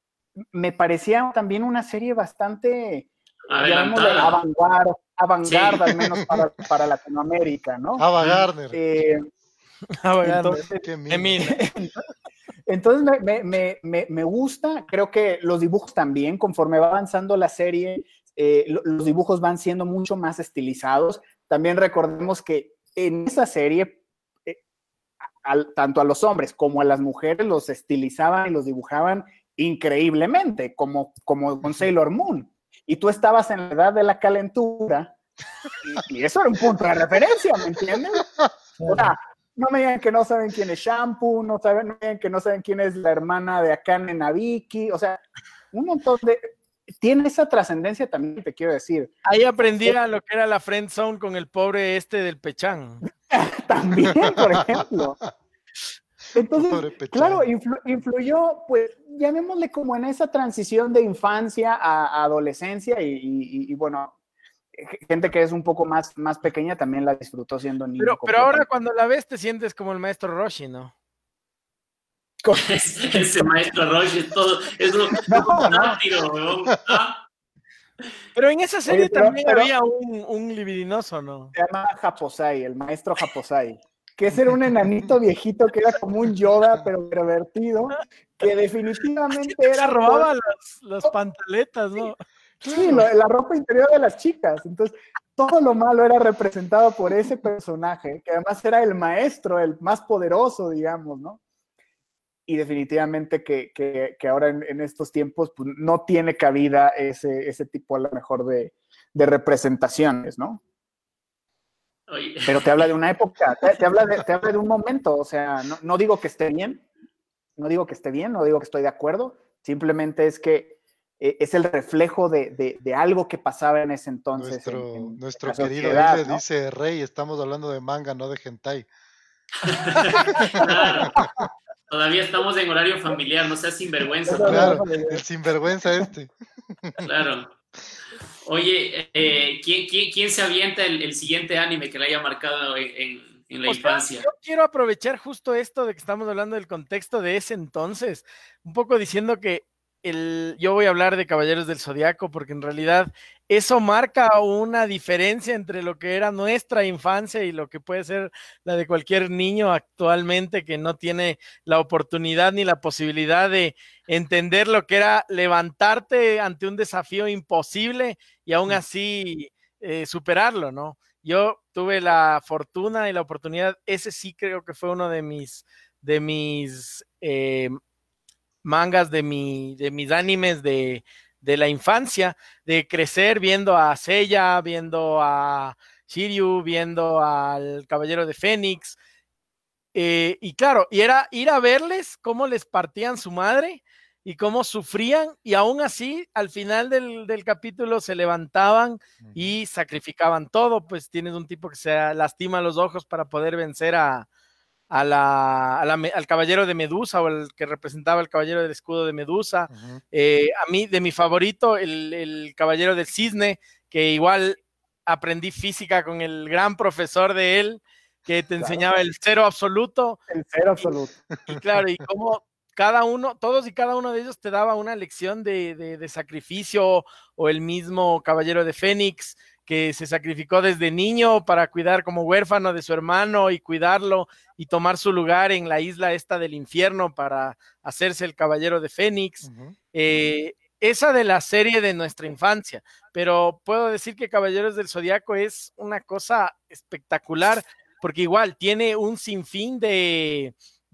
me parecía también una serie bastante, llamémosle, avant-garde, avant-garde sí. Al menos para, para Latinoamérica, ¿no? Ava Gardner. Eh, Ava Gardner. Entonces, Entonces me, me, me, me gusta, creo que los dibujos también, conforme va avanzando la serie, eh, los dibujos van siendo mucho más estilizados. También recordemos que en esa serie, eh, al, tanto a los hombres como a las mujeres los estilizaban y los dibujaban increíblemente, como, como con Sailor Moon, y tú estabas en la edad de la calentura, y, y eso era un punto de referencia, ¿me entiendes? O sea, no me digan que no saben quién es Shampoo, no, saben, no me digan que no saben quién es la hermana de Akane Nabiki, o sea, un montón de... Tiene esa trascendencia también, te quiero decir. Ahí aprendía lo que era la friend zone con el pobre este del Pechán. También, por ejemplo. Entonces, claro, influ, influyó, pues, llamémosle como en esa transición de infancia a, a adolescencia y, y, y, bueno, gente que es un poco más, más pequeña también la disfrutó siendo niño. Pero, pero ahora cuando la ves te sientes como el maestro Roshi, ¿no? Ese maestro Roshi es todo, es un, no, un sátiro, weón. ¿Ah? Pero en esa serie Oye, pero, también pero, había un, un libidinoso, ¿no? Se llama Japosai, el maestro Japosai, que ese era un enanito viejito que era como un Yoda, pero pervertido, que definitivamente sí, era... Se robaba por... las, las pantaletas, ¿no? Sí, sí lo, la ropa interior de las chicas. Entonces, todo lo malo era representado por ese personaje, que además era el maestro, el más poderoso, digamos, ¿no? Y definitivamente que, que, que ahora en, en estos tiempos pues, no tiene cabida ese, ese tipo a lo mejor de, de representaciones, ¿no? Oye. Pero te habla de una época, te, te, habla de, te habla de un momento, o sea, no, no digo que esté bien, no digo que esté bien, no digo que estoy de acuerdo, simplemente es que eh, es el reflejo de, de, de algo que pasaba en ese entonces. Nuestro, en, en nuestro querido Ile, ¿no? Dice, Rey, estamos hablando de manga, no de hentai. Claro. Todavía estamos en horario familiar, no seas sinvergüenza. Claro, el sinvergüenza este. Claro. Oye, eh, ¿quién, quién, ¿quién se avienta el, el siguiente anime que le haya marcado en, en, en la o infancia? Sea, yo quiero aprovechar justo esto de que estamos hablando del contexto de ese entonces, un poco diciendo que el, yo voy a hablar de Caballeros del Zodiaco porque en realidad eso marca una diferencia entre lo que era nuestra infancia y lo que puede ser la de cualquier niño actualmente que no tiene la oportunidad ni la posibilidad de entender lo que era levantarte ante un desafío imposible y aún así eh, superarlo, ¿no? Yo tuve la fortuna y la oportunidad, ese sí creo que fue uno de mis, de mis eh, mangas, de, mi, de mis animes de, de la infancia, de crecer viendo a Seiya, viendo a Shiryu, viendo al Caballero de Fénix, eh, y claro, y era ir a verles cómo les partían su madre y cómo sufrían, y aún así, al final del, del capítulo se levantaban y sacrificaban todo, pues tienes un tipo que se lastima los ojos para poder vencer a, a la, a la, al caballero de Medusa, o el que representaba el caballero del escudo de Medusa. Uh-huh. eh, a mí, de mi favorito, el, el caballero del cisne, que igual aprendí física con el gran profesor de él, que te claro. enseñaba el cero absoluto. El cero absoluto. Y, y claro, y cómo cada uno, todos y cada uno de ellos te daba una lección de, de, de sacrificio, o el mismo caballero de Fénix, que se sacrificó desde niño para cuidar como huérfano de su hermano y cuidarlo y tomar su lugar en la isla esta del infierno para hacerse el caballero de Fénix. Uh-huh. Eh, esa de la serie de nuestra infancia, pero puedo decir que Caballeros del Zodiaco es una cosa espectacular, porque igual tiene un sinfín de,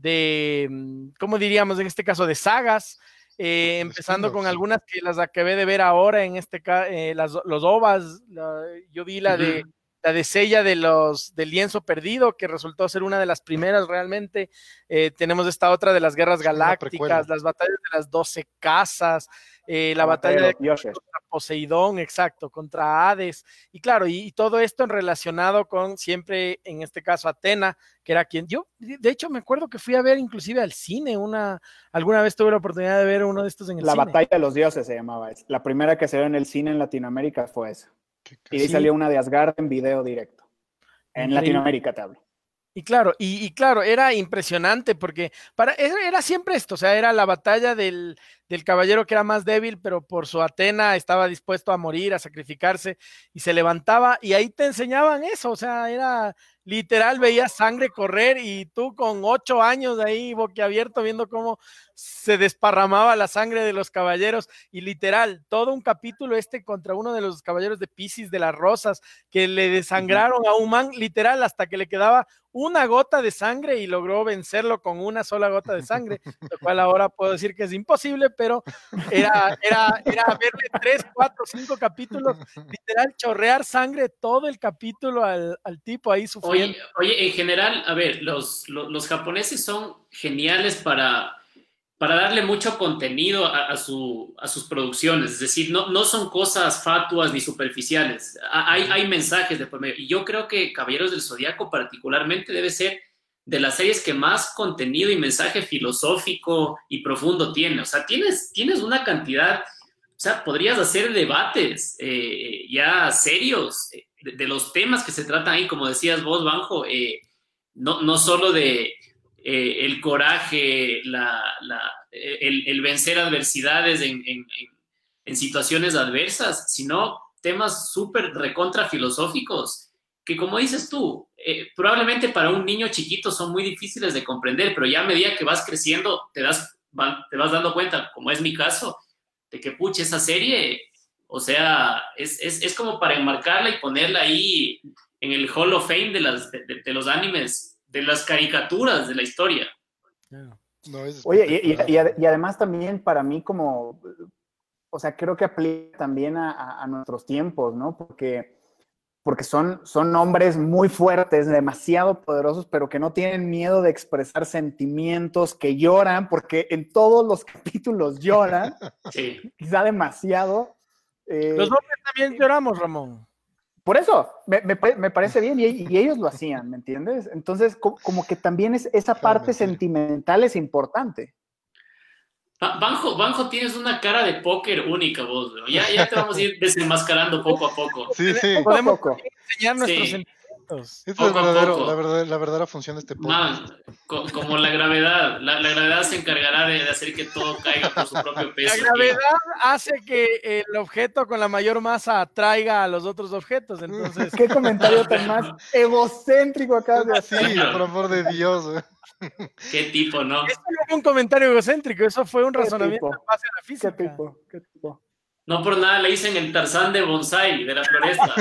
de, ¿cómo diríamos en este caso? De sagas, eh, empezando con algunas que las acabé de ver ahora, en este caso, eh, las, los ovas, la, yo vi la de, la de Seiya de los, del lienzo perdido, que resultó ser una de las primeras realmente. Eh, tenemos esta otra de las guerras galácticas, las batallas de las doce casas, eh, la, la batalla de, de contra Poseidón, exacto, contra Hades, y claro, y, y todo esto en relacionado con siempre, en este caso, Atena, que era quien, yo, de hecho, me acuerdo que fui a ver inclusive al cine, una, alguna vez tuve la oportunidad de ver uno de estos en el la cine. La batalla de los dioses se llamaba, la primera que se vio en el cine en Latinoamérica fue esa, y de ahí sí. salió una de Asgard en video directo, en Increíble. Latinoamérica te hablo. Y claro, y, y claro, era impresionante porque para, era siempre esto, o sea, era la batalla del, del caballero que era más débil, pero por su Atena estaba dispuesto a morir, a sacrificarse, y se levantaba, y ahí te enseñaban eso, o sea, era literal, veías sangre correr, y tú con ocho años ahí boquiabierto viendo cómo se desparramaba la sangre de los caballeros, y literal, todo un capítulo este contra uno de los caballeros de Piscis de las Rosas, que le desangraron a un man, literal, hasta que le quedaba una gota de sangre y logró vencerlo con una sola gota de sangre, lo cual ahora puedo decir que es imposible, pero pero era, era, era verle tres, cuatro, cinco capítulos, literal, chorrear sangre todo el capítulo al, al tipo ahí sufriendo. Oye, oye, en general, a ver, los, los, los japoneses son geniales para, para darle mucho contenido a, a, su, a sus producciones, es decir, no, no son cosas fatuas ni superficiales, hay, hay mensajes de por medio, y yo creo que Caballeros del Zodiaco particularmente debe ser de las series que más contenido y mensaje filosófico y profundo tiene. O sea, tienes, tienes una cantidad, o sea, podrías hacer debates eh, ya serios de, de los temas que se tratan ahí, como decías vos, Banjo, eh, no, no solo de eh, el coraje, la, la, el, el vencer adversidades en, en, en, en situaciones adversas, sino temas súper recontra filosóficos que, como dices tú, eh, probablemente para un niño chiquito son muy difíciles de comprender, pero ya a medida que vas creciendo te, das, va, te vas dando cuenta, como es mi caso, de que, pucha, esa serie, o sea, es, es, es como para enmarcarla y ponerla ahí en el Hall of Fame de, las, de, de, de los animes, de las caricaturas de la historia. No, es Oye, y, y, y además también para mí como, o sea, creo que aplica también a, a, a nuestros tiempos, ¿no? Porque... porque son, son hombres muy fuertes, demasiado poderosos, pero que no tienen miedo de expresar sentimientos, que lloran, porque en todos los capítulos lloran, sí. Quizá demasiado. Eh, los hombres también lloramos, Ramón. Por eso, me, me, me parece bien, y, y ellos lo hacían, ¿me entiendes? Entonces, como, como que también es, esa parte sentimental es importante. Banjo, Banjo, tienes una cara de póker única, vos, ¿no? ya, ya te vamos a ir desenmascarando poco a poco. Sí, sí. Podemos poco. enseñar nuestros sí. sentimientos. Es la, verdadero, la, verdadera, la verdadera función de este podcast. Man, co como la gravedad. La, la gravedad se encargará de, de hacer que todo caiga por su propio peso. La gravedad ¿sí? hace que el objeto con la mayor masa atraiga a los otros objetos, entonces... ¿Qué comentario tan más egocéntrico acabas de hacer? Sí, por amor de Dios, güey. ¿Qué tipo, no? Eso no fue un comentario egocéntrico, eso fue un razonamiento en base a la física. ¿Qué tipo? ¿Qué tipo? No por nada le dicen el Tarzán de Bonsai, de la floresta.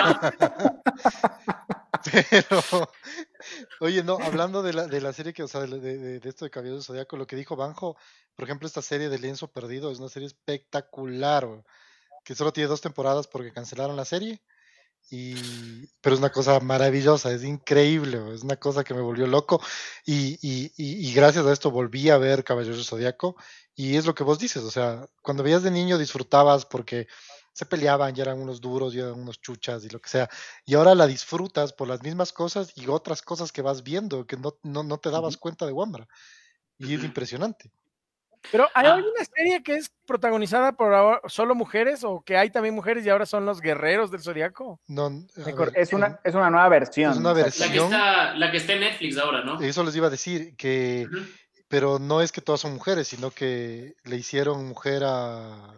Pero, oye, no, hablando de la, de la serie que, o sea, de, de, de esto de Caballeros del Zodiaco, lo que dijo Banjo, por ejemplo, esta serie de Lienzo Perdido es una serie espectacular, que solo tiene dos temporadas porque cancelaron la serie. Y, pero es una cosa maravillosa, es increíble, es una cosa que me volvió loco y, y, y, y gracias a esto volví a ver Caballeros del Zodiaco y es lo que vos dices, o sea, cuando veías de niño disfrutabas porque se peleaban y eran unos duros y eran unos chuchas y lo que sea, y ahora la disfrutas por las mismas cosas y otras cosas que vas viendo que no, no, no te dabas uh-huh. cuenta de Wambra y uh-huh. es impresionante. Pero ¿hay ah. alguna serie que es protagonizada por ahora solo mujeres o que hay también mujeres y ahora son los guerreros del Zodiaco? No, ver, es, una, es una nueva versión. Es una versión. La que, está, la que está en Netflix ahora, ¿no? Eso les iba a decir, que uh-huh. pero no es que todas son mujeres, sino que le hicieron mujer a...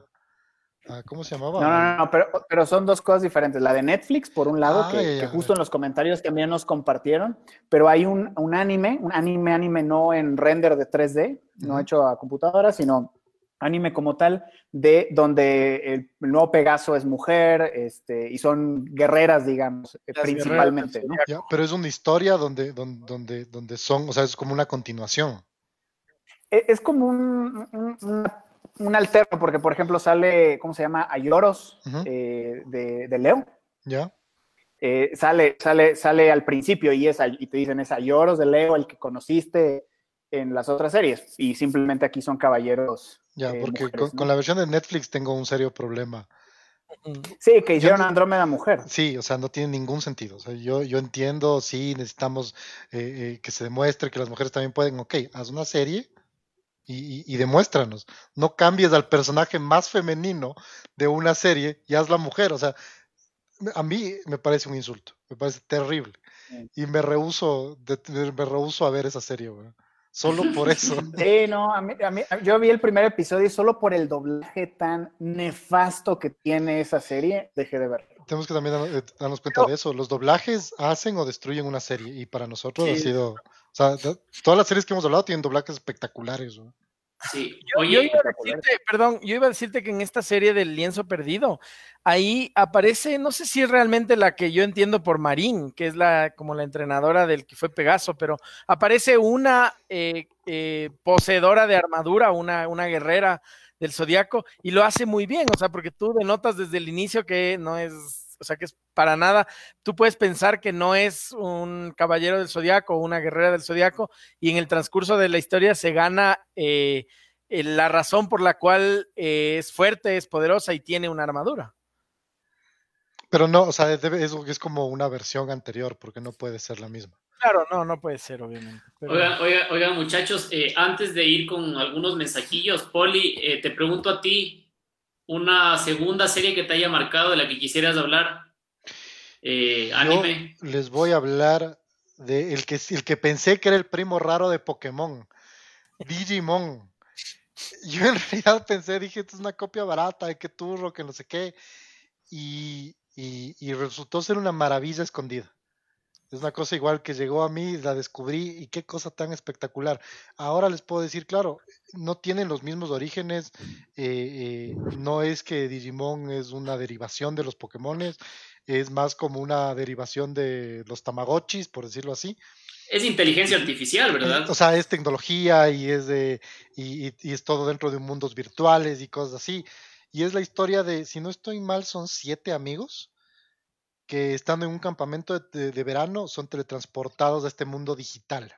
a ¿cómo se llamaba? No, no, no, pero, pero son dos cosas diferentes. La de Netflix, por un lado, ah, que, ya, que justo en los comentarios también nos compartieron, pero hay un, un anime, un anime, anime no en render de tres D, no uh-huh. hecho a computadora, sino anime como tal, de donde el, el nuevo Pegaso es mujer, este, y son guerreras, digamos, Las principalmente, guerreras, ¿no? Ya, pero es una historia donde, donde, donde, donde son, o sea, es como una continuación. Es, es como un, un, una, un alterno, porque, por ejemplo, sale, ¿cómo se llama? Ayoros, uh-huh. eh, de, de Leo. Ya. Eh, sale, sale, sale al principio y, es, y te dicen, es Ayoros de Leo, el que conociste en las otras series, y simplemente aquí son caballeros. Ya, eh, porque mujeres, con, ¿no? con la versión de Netflix tengo un serio problema. Sí, que hicieron yo, Andrómeda mujer. Sí, o sea, no tiene ningún sentido. O sea, yo, yo entiendo, sí, necesitamos eh, eh, que se demuestre que las mujeres también pueden. Ok, haz una serie y, y, y demuéstranos. No cambies al personaje más femenino de una serie y hazla mujer. O sea, a mí me parece un insulto, me parece terrible. Sí. Y me rehúso, de, me rehúso a ver esa serie, güey. Solo por eso. Sí, no, a mí, a mí, yo vi el primer episodio y solo por el doblaje tan nefasto que tiene esa serie, dejé de verlo. Tenemos que también darnos cuenta Pero, de eso. Los doblajes hacen o destruyen una serie y para nosotros sí. ha sido... O sea, todas las series que hemos hablado tienen doblajes espectaculares, ¿no? Sí. Yo, Oye, yo iba a decirte, perdón, yo iba a decirte que en esta serie del Lienzo Perdido, ahí aparece, no sé si es realmente la que yo entiendo por Marín, que es la como la entrenadora del que fue Pegaso, pero aparece una eh, eh, poseedora de armadura, una, una guerrera del Zodiaco, y lo hace muy bien, o sea, porque tú denotas desde el inicio que no es, o sea, que es para nada, tú puedes pensar que no es un caballero del Zodiaco o una guerrera del Zodiaco, y en el transcurso de la historia se gana eh, eh, la razón por la cual eh, es fuerte, es poderosa y tiene una armadura. Pero no, o sea, debe, es, es como una versión anterior, porque no puede ser la misma. Claro, no, no puede ser, obviamente. Pero... Oigan, oigan, oigan, muchachos, eh, antes de ir con algunos mensajillos, Poli, eh, te pregunto a ti, una segunda serie que te haya marcado de la que quisieras hablar, eh, anime. Yo les voy a hablar de el que, el que pensé que era el primo raro de Pokémon, Digimon. Yo en realidad pensé, dije, esto es una copia barata, qué turro, que no sé qué, y, y, y resultó ser una maravilla escondida. Es una cosa igual que llegó a mí, la descubrí y qué cosa tan espectacular. Ahora les puedo decir, claro, no tienen los mismos orígenes, eh, eh, no es que Digimon es una derivación de los Pokémones, es más como una derivación de los Tamagotchis, por decirlo así. Es inteligencia artificial, ¿verdad? O sea, es tecnología y es de y, y, y es todo dentro de mundos virtuales y cosas así. Y es la historia de, si no estoy mal, son siete amigos que estando en un campamento de, de, de verano son teletransportados a este mundo digital.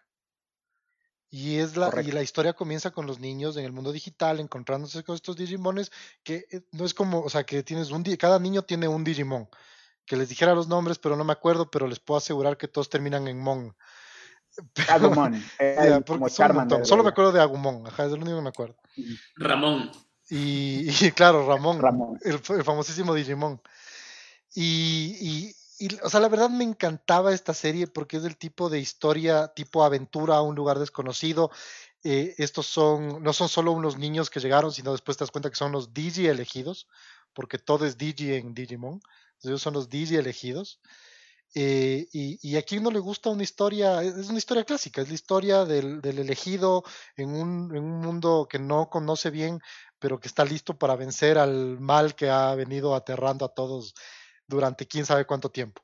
Y, es la, y la historia comienza con los niños en el mundo digital encontrándose con estos Digimones que eh, no es como, o sea, que tienes un, cada niño tiene un Digimon. Que les dijera los nombres, pero no me acuerdo, pero les puedo asegurar que todos terminan en Mon. Pero, Agumon. Yeah, porque son un montón. Solo me acuerdo de Agumon, ajá, es lo único que me acuerdo. Ramón. Y, y claro, Ramón, Ramón. El, el famosísimo Digimon. Y, y, y, o sea, la verdad me encantaba esta serie porque es del tipo de historia, tipo aventura a un lugar desconocido. Eh, estos son, no son solo unos niños que llegaron, sino después te das cuenta que son los Digi elegidos, porque todo es Digi en Digimon. Ellos son los Digi elegidos. Eh, y, y a quien no le gusta una historia, es una historia clásica, es la historia del, del elegido en un, en un mundo que no conoce bien, pero que está listo para vencer al mal que ha venido aterrando a todos durante quién sabe cuánto tiempo.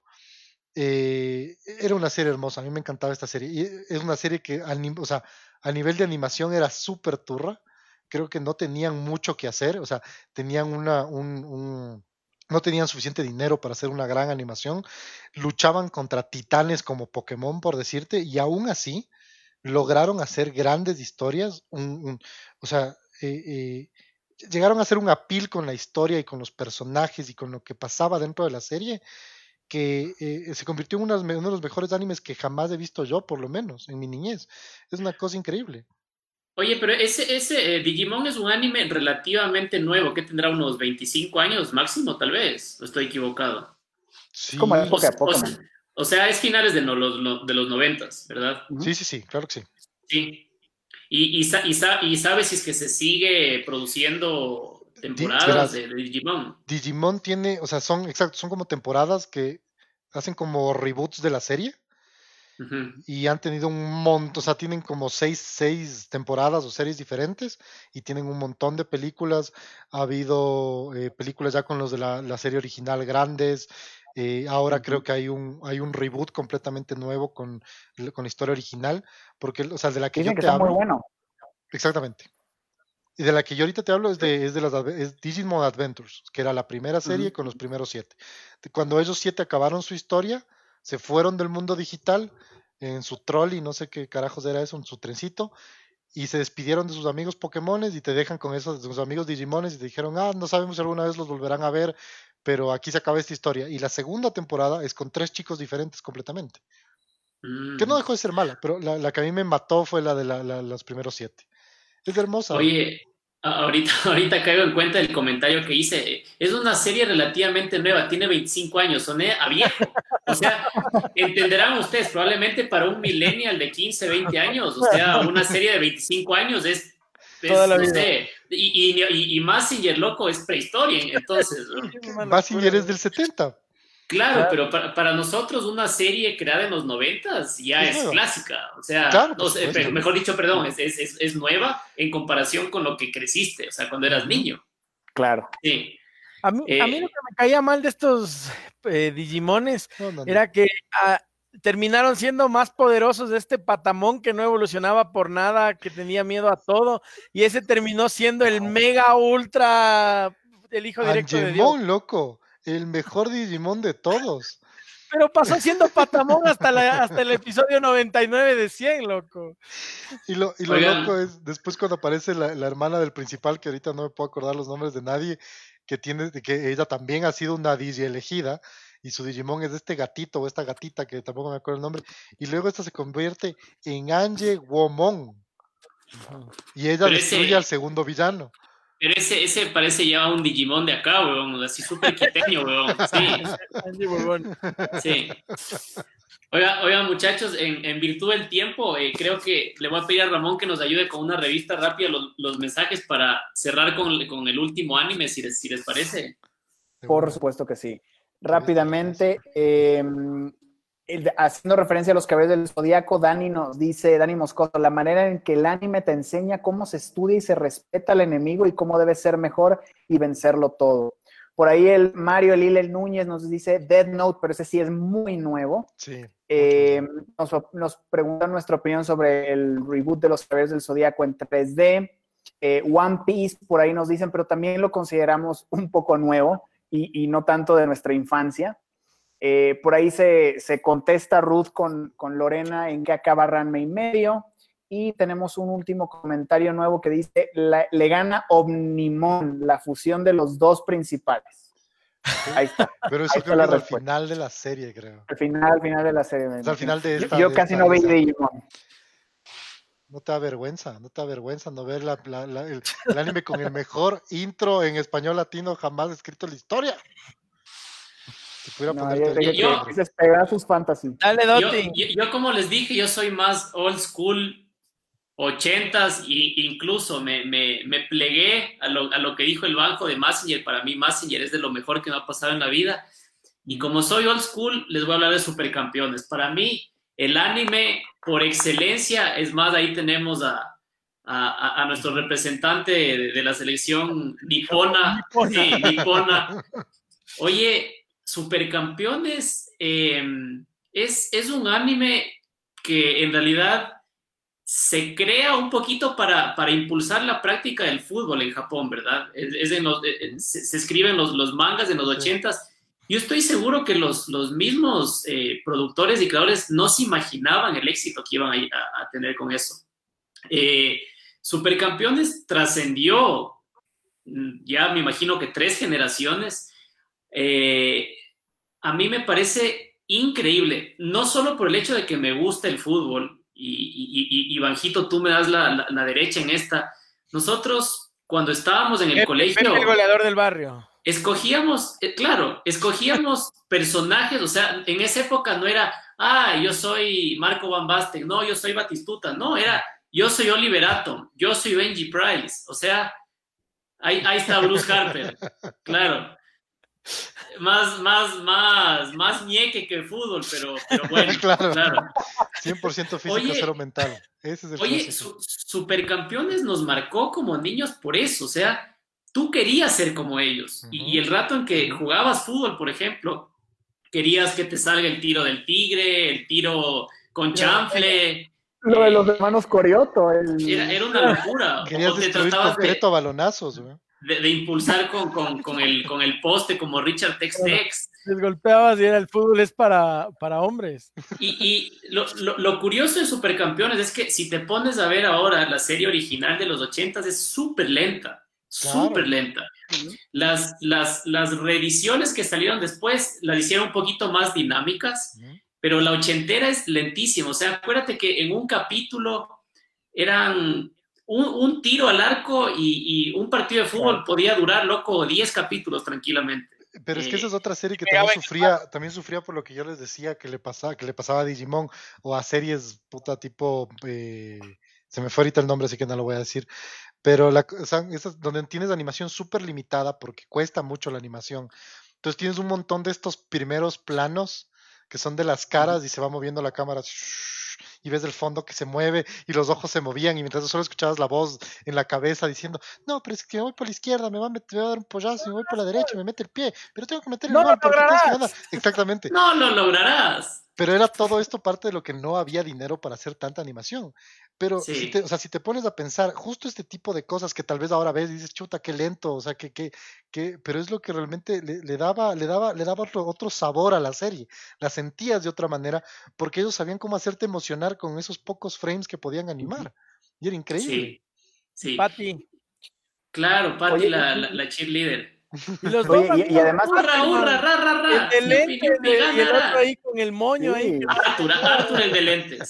Eh, era una serie hermosa, a mí me encantaba esta serie. Y es una serie que al, o sea, a nivel de animación era súper turra, creo que no tenían mucho que hacer, o sea, tenían una, un, un no tenían suficiente dinero para hacer una gran animación, luchaban contra titanes como Pokémon, por decirte, y aún así lograron hacer grandes historias, un, un, o sea, eh, eh, llegaron a hacer un appeal con la historia y con los personajes y con lo que pasaba dentro de la serie, que eh, se convirtió en unas, uno de los mejores animes que jamás he visto yo, por lo menos, en mi niñez. Es una cosa increíble. Oye, pero ese, ese eh, Digimon es un anime relativamente nuevo, que tendrá unos veinticinco años máximo, tal vez. ¿O estoy equivocado? Sí. Como la época de o, Pokémon. O, o sea, es finales de, no, los, de los noventas, ¿verdad? Sí, sí, sí, claro que sí. Sí. Y, y, y, y sabes si es que se sigue produciendo temporadas de, de Digimon. Digimon tiene, o sea, son, exacto, son como temporadas que hacen como reboots de la serie. Uh-huh. Y han tenido un montón, o sea, tienen como seis, seis temporadas o series diferentes y tienen un montón de películas. Ha habido eh, películas ya con los de la, la serie original grandes. Eh, ahora uh-huh. creo que hay un, hay un reboot completamente nuevo con, con la historia original, porque, o sea, de la que Dicen yo que te está hablo. Muy bueno. Exactamente. Y de la que yo ahorita te hablo es de, es de las es Digimon Adventures, que era la primera serie uh-huh. con los primeros siete. Cuando ellos siete acabaron su historia, se fueron del mundo digital en su troll y no sé qué carajos era eso, en su trencito, y se despidieron de sus amigos Pokémones y te dejan con esos de sus amigos Digimones y te dijeron, ah, no sabemos si alguna vez los volverán a ver, pero aquí se acaba esta historia. Y la segunda temporada es con tres chicos diferentes completamente. Mm. Que no dejó de ser mala, pero la, la que a mí me mató fue la de la, la, los primeros siete. Es hermosa. Oye, ahorita, ahorita caigo en cuenta del comentario que hice. Es una serie relativamente nueva, tiene veinticinco años, soné a viejo. O sea, entenderán ustedes, probablemente para un millennial de quince, veinte años, o sea, una serie de veinticinco años es, es no sé, y, y, y, y Mazinger, loco, es prehistoria, entonces. Mazinger es del setenta. Claro, claro, pero para, para nosotros una serie creada en los noventas ya es, es clásica, o sea, claro, no sé, pero, mejor dicho, perdón, es, es, es nueva en comparación con lo que creciste, o sea, cuando eras niño. Claro. Sí. A mí, eh, a mí lo que me caía mal de estos eh, Digimones no, no, no. era que a, terminaron siendo más poderosos de este Patamón que no evolucionaba por nada, que tenía miedo a todo, y ese terminó siendo el mega ultra, el hijo directo de Dios. Angemon, loco, el mejor Digimon de todos. Pero pasó siendo Patamón hasta, la, hasta el episodio noventa y nueve de cien, loco. Y lo, y lo loco es, después cuando aparece la, la hermana del principal, que ahorita no me puedo acordar los nombres de nadie, que tiene, que ella también ha sido una Digi elegida, y su Digimon es este gatito o esta gatita, que tampoco me acuerdo el nombre, y luego esta se convierte en Ange Womon. Y ella Pero destruye ese... al segundo villano. Pero ese, ese parece ya un Digimon de acá, weón, así súper quiteño, weón. Sí. Sí. Oiga, oiga, muchachos, en, en virtud del tiempo, eh, creo que le voy a pedir a Ramón que nos ayude con una revista rápida los, los mensajes para cerrar con, con el último anime, si les, si les parece. Por supuesto que sí. Rápidamente, eh, el, haciendo referencia a los Caballeros del Zodíaco, Dani nos dice, Dani Moscoso, la manera en que el anime te enseña cómo se estudia y se respeta al enemigo y cómo debe ser mejor y vencerlo todo. Por ahí el Mario Elile Núñez nos dice Death Note, pero ese sí es muy nuevo. Sí. Eh, nos, nos preguntan nuestra opinión sobre el reboot de los Caballeros del Zodíaco en tres D. Eh, One Piece, por ahí nos dicen, pero también lo consideramos un poco nuevo y, y no tanto de nuestra infancia. Eh, por ahí se, se contesta Ruth con, con Lorena en que acaba Ranma y medio. Y tenemos un último comentario nuevo que dice, la, le gana Omnimon, la fusión de los dos principales. Ahí está. Pero eso creo que es al final de la serie, creo. Al final, al final de la serie. Es al final de esta, yo de casi esta, no vi Digimon. No te da vergüenza, no te da vergüenza no ver la, la, la, el, el anime con el mejor intro en español latino jamás escrito en la historia. No, yo, yo, Pegasus Fantasy. Dale, yo, yo, yo como les dije, yo soy más old school, ochentas, e incluso me, me, me plegué a lo, a lo que dijo el banco de Mazinger. Para mí Mazinger es de lo mejor que me ha pasado en la vida. Y como soy old school, les voy a hablar de Supercampeones. Para mí, el anime por excelencia, es más, ahí tenemos a, a, a nuestro representante de, de la selección nipona. Sí, nipona. Oye, Supercampeones eh, es, es un anime que en realidad se crea un poquito para, para impulsar la práctica del fútbol en Japón, ¿verdad? Es, es en los, se, se escriben los, los mangas en los ochentas. Yo estoy seguro que los, los mismos eh, productores y creadores no se imaginaban el éxito que iban a, a, a tener con eso. Eh, Supercampeones trascendió ya me imagino que tres generaciones. Eh, a mí me parece increíble, no solo por el hecho de que me gusta el fútbol, y, y, y, y Banjito, tú me das la, la, la derecha en esta. Nosotros, cuando estábamos en el Pepe, colegio... Pepe el goleador del barrio. Escogíamos, eh, claro, escogíamos personajes, o sea, en esa época no era, ah, yo soy Marco Van Basten, no, yo soy Batistuta, no, era, yo soy Oliver Atom, yo soy Benji Price, o sea, ahí, ahí está Bruce Harper, claro. Más, más, más, más ñeque que el fútbol, pero, pero bueno, claro. claro. cien por ciento físico, oye, cero mental. Ese es el oye, su, Supercampeones nos marcó como niños por eso, o sea, tú querías ser como ellos. Uh-huh. y, y el rato en que jugabas fútbol, por ejemplo, querías que te salga el tiro del tigre, el tiro con chanfle. Lo de los hermanos Corioto. El... Era, era una locura. Querías o te destruir concreto de... a balonazos, güey. De, de impulsar con, con, con, el, con el poste como Richard Tex Tex. Les golpeabas y era el fútbol es para, para hombres. Y, y lo, lo, lo curioso de Supercampeones es que si te pones a ver ahora la serie original de los ochentas es súper lenta, claro. súper lenta. Las, las, las reediciones que salieron después las hicieron un poquito más dinámicas, uh-huh. pero la ochentera es lentísima. O sea, acuérdate que en un capítulo eran... Un, un tiro al arco y, y un partido de fútbol podía durar, loco, diez capítulos tranquilamente. Pero es que esa es otra serie que también sufría, también sufría por lo que yo les decía que le pasaba, que le pasaba a Digimon o a series puta tipo, eh, se me fue ahorita el nombre, así que no lo voy a decir. Pero la, o sea, esas donde tienes animación súper limitada porque cuesta mucho la animación. Entonces tienes un montón de estos primeros planos que son de las caras y se va moviendo la cámara. Y ves el fondo que se mueve y los ojos se movían y mientras solo escuchabas la voz en la cabeza diciendo, no, pero es que si me voy por la izquierda me va a, meter, me va a dar un pollazo, si me voy por la derecha me mete el pie, pero tengo que meter el no gol. Lo lograrás. Exactamente. No lo lograrás. pero era todo esto parte de lo que no había dinero para hacer tanta animación. Pero Sí. si te, o sea, si te pones a pensar, justo este tipo de cosas que tal vez ahora ves y dices, chuta, qué lento, o sea, que, que, que, pero es lo que realmente le, le daba, le daba, le daba otro, otro sabor a la serie. La sentías de otra manera, porque ellos sabían cómo hacerte emocionar con esos pocos frames que podían animar. Y era increíble. Sí, sí. Pati. Claro, Pati, Oye, la, y- la, la cheerleader. Y los Oye, dos y- y además- Hurra, hurra, ra, ra, ra. el de Yupi, lente yupi, de- y el ganará. otro ahí con el moño Sí. ahí. Arthur, Arthur el de lentes.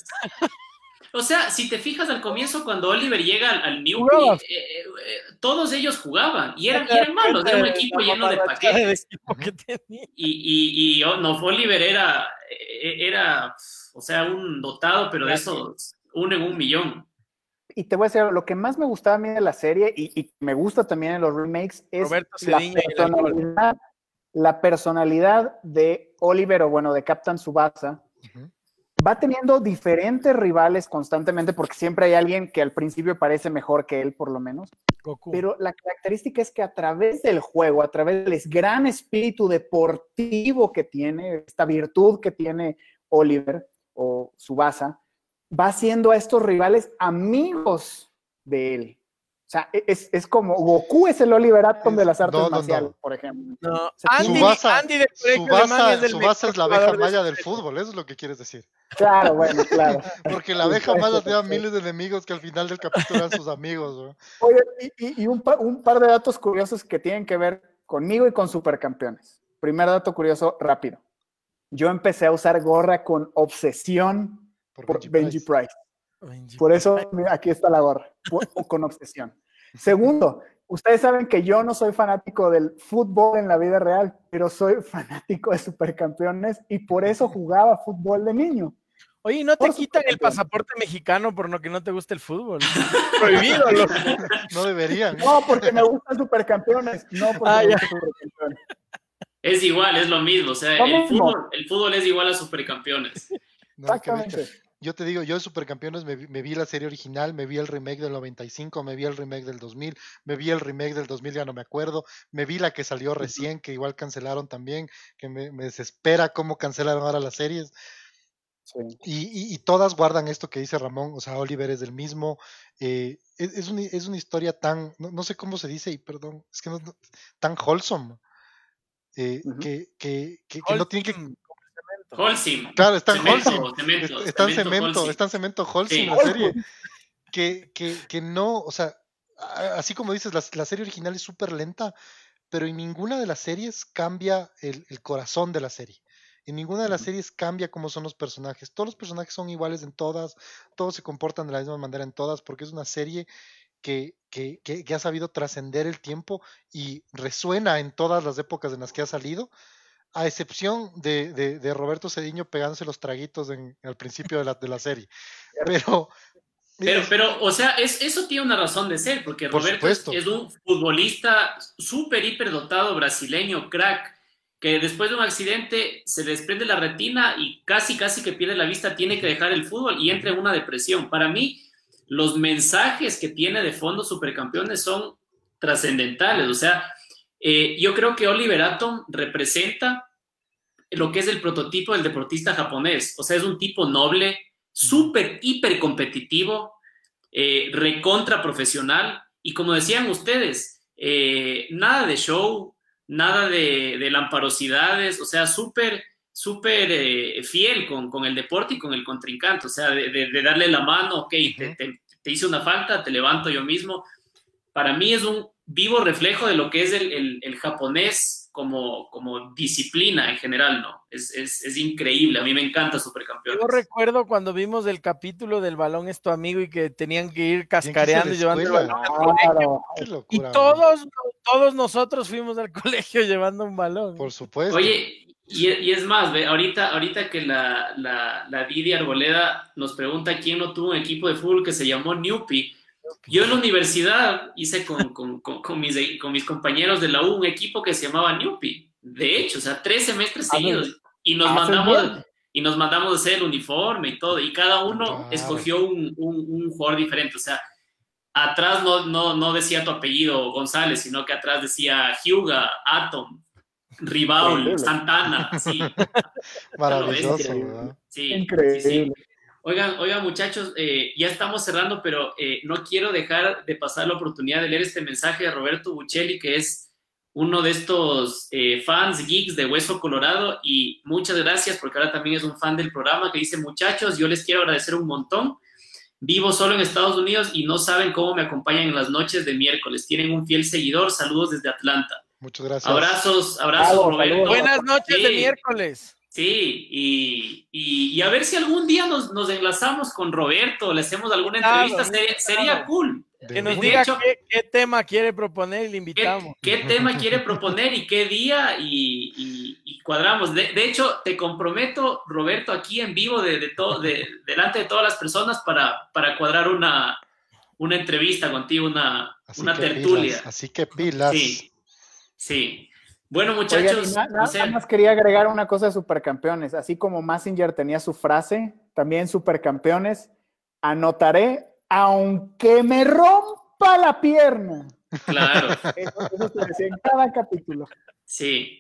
O sea, si te fijas al comienzo, cuando Oliver llega al, al Newbie, Jugabas. eh, eh, eh, todos ellos jugaban y eran, y Te das eran malos, cuenta era un de equipo la lleno de mamarrachada de paquetes. equipo que tenía. Y, y, y oh, no, Oliver era, eh, era, o sea, un dotado, pero de esos, uno en un millón. Y te voy a decir, lo que más me gustaba a mí de la serie y, y me gusta también en los remakes es Roberto la Cediño y el alcohol. personalidad, la personalidad de Oliver o bueno, de Captain Tsubasa. Ujú. Va teniendo diferentes rivales constantemente porque siempre hay alguien que al principio parece mejor que él por lo menos. Goku. Pero la característica es que a través del juego, a través del gran espíritu deportivo que tiene, esta virtud que tiene Oliver o Tsubasa, va haciendo a estos rivales amigos de él. O sea, es, es como Goku es el Oliver Atom de las artes No, no, marciales, no. por ejemplo. No, O sea, Andy, Tsubasa- Andy de Colegio Alemán Tsubasa, es el Tsubasa mejor es la abeja jugador de maya ese del set. fútbol, eso es lo que quieres decir. Claro, bueno, claro. Porque la abeja maya Perfecto, te da perfecto. miles de enemigos que al final del capítulo eran sus amigos, ¿no? Oye, y, y- y un, pa- un par de datos curiosos que tienen que ver conmigo y con Supercampeones. Primer dato curioso, rápido. Yo empecé a usar gorra con obsesión Por por Benji Benji Price. Price. Benji. Por eso, mira, aquí está la gorra, por- con obsesión. Segundo, ustedes saben que yo no soy fanático del fútbol en la vida real, pero soy fanático de Supercampeones y por eso jugaba fútbol de niño. Oye, ¿y no te Por quitan el Supercampeones. pasaporte mexicano por lo que no te gusta el fútbol? Prohibido, loco. No deberían. No, porque me gustan Supercampeones, no porque Ah, me ya. gustan Supercampeones. Es igual, es lo mismo. O sea, Lo el mismo. fútbol, el fútbol es igual a supercampeones. No, que Exactamente. bestia. Yo te digo, yo de Supercampeones me, vi- me vi la serie original, me vi el remake del noventa y cinco, me vi el remake del dos mil, me vi el remake del dos mil, ya no me acuerdo, me vi la que salió recién, que igual cancelaron también, que me, me desespera cómo cancelaron ahora las series. Sí. Y, y- y todas guardan esto que dice Ramón, o sea, Oliver es del mismo, eh, es, es una, es una historia tan, no, no sé cómo se dice, y perdón, es que no, no- tan wholesome, eh, Ujú. que, que, que, que no tiene que... Holcim, Holcim. Claro, está en Cemento, Holcim, cemento, está en cemento cemento, Holcim. está en cemento Holcim Sí. la serie, que, que, que no, o sea, a- así como dices, la, la serie original es súper lenta, pero en ninguna de las series cambia el, el corazón de la serie. En ninguna de las Ujú. series cambia cómo son los personajes. Todos los personajes son iguales en todas, todos se comportan de la misma manera en todas, porque es una serie que, que, que, que ha sabido trascender el tiempo y resuena en todas las épocas en las que ha salido, a excepción de, de, de Roberto Cediño pegándose los traguitos en, al principio de la, de la serie. Pero, Pero, es- pero, o sea, es, eso tiene una razón de ser, porque Por Roberto es, supuesto. es un futbolista súper, hiper dotado brasileño, crack, que después de un accidente se le desprende la retina y casi, casi que pierde la vista, tiene que dejar el fútbol y entra en una depresión. Para mí, los mensajes que tiene de fondo Supercampeones son trascendentales. O sea, eh, yo creo que Oliver Atom representa lo que es el prototipo del deportista japonés. O sea, es un tipo noble, súper, hiper competitivo, eh, recontra profesional. Y como decían ustedes, eh, nada de show, nada de, de lamparosidades, o sea, súper, súper eh, fiel con, con el deporte y con el contrincante. O sea, de, de, de darle la mano, ok, te, te, te hice una falta, te levanto yo mismo. Para mí es un vivo reflejo de lo que es el, el, el japonés como, como disciplina en general, ¿no? Es, es, es increíble, a mí me encanta Supercampeones. Yo recuerdo cuando vimos el capítulo del balón es tu amigo y que tenían que ir cascareando y llevando el escuela. balón al colegio. Claro. Qué Y locura. ¿no? todos, todos nosotros fuimos al colegio llevando un balón. Por supuesto. Oye, y, y es más, ve, ahorita, ahorita que la, la, la Didi Arboleda nos pregunta quién no tuvo un equipo de fútbol que se llamó Newpie. Yo en la universidad hice con, con, con, con, mis, con mis compañeros de la U un equipo que se llamaba Newpie. De hecho, o sea, tres semestres Ah, seguidos. Y nos haces mandamos, bien. y nos mandamos a hacer el uniforme y todo. Y cada uno Claro. escogió un, un, un jugador diferente. O sea, atrás no, no, no decía tu apellido González, sino que atrás decía Hyuga, Atom. Ribaul, Santana, sí. Maravilloso, ¿verdad? Sí, Increíble. sí, sí. Oigan, oigan muchachos, eh, ya estamos cerrando, pero eh, no quiero dejar de pasar la oportunidad de leer este mensaje de Roberto Buccelli, que es uno de estos eh, fans geeks de Hueso Colorado, y muchas gracias porque ahora también es un fan del programa, que dice: muchachos, yo les quiero agradecer un montón. Vivo solo en Estados Unidos y no saben cómo me acompañan en las noches de miércoles. Tienen un fiel seguidor. Saludos desde Atlanta. Muchas gracias. Abrazos, abrazos, Bravo, Roberto. saludos. Buenas noches Sí. de miércoles. Sí, y, y, y a ver si algún día nos, nos enlazamos con Roberto, le hacemos alguna Claro, entrevista, sería, sería cool. Que nos De diga hecho, qué, qué tema quiere proponer y le ¿Qué, invitamos. qué tema quiere proponer y qué día? Y, y, y cuadramos. De, de hecho, te comprometo, Roberto, aquí en vivo, de, de todo, de, delante de todas las personas, para, para cuadrar una, una entrevista contigo, una, Así una que tertulia. pilas, así que pilas. Sí, sí. Bueno, Oigan, muchachos, y na- no nada sé. más quería agregar una cosa de Supercampeones. Así como Mazinger tenía su frase, también Supercampeones, anotaré aunque me rompa la pierna. Claro, Eso, eso se decía en cada capítulo. sí.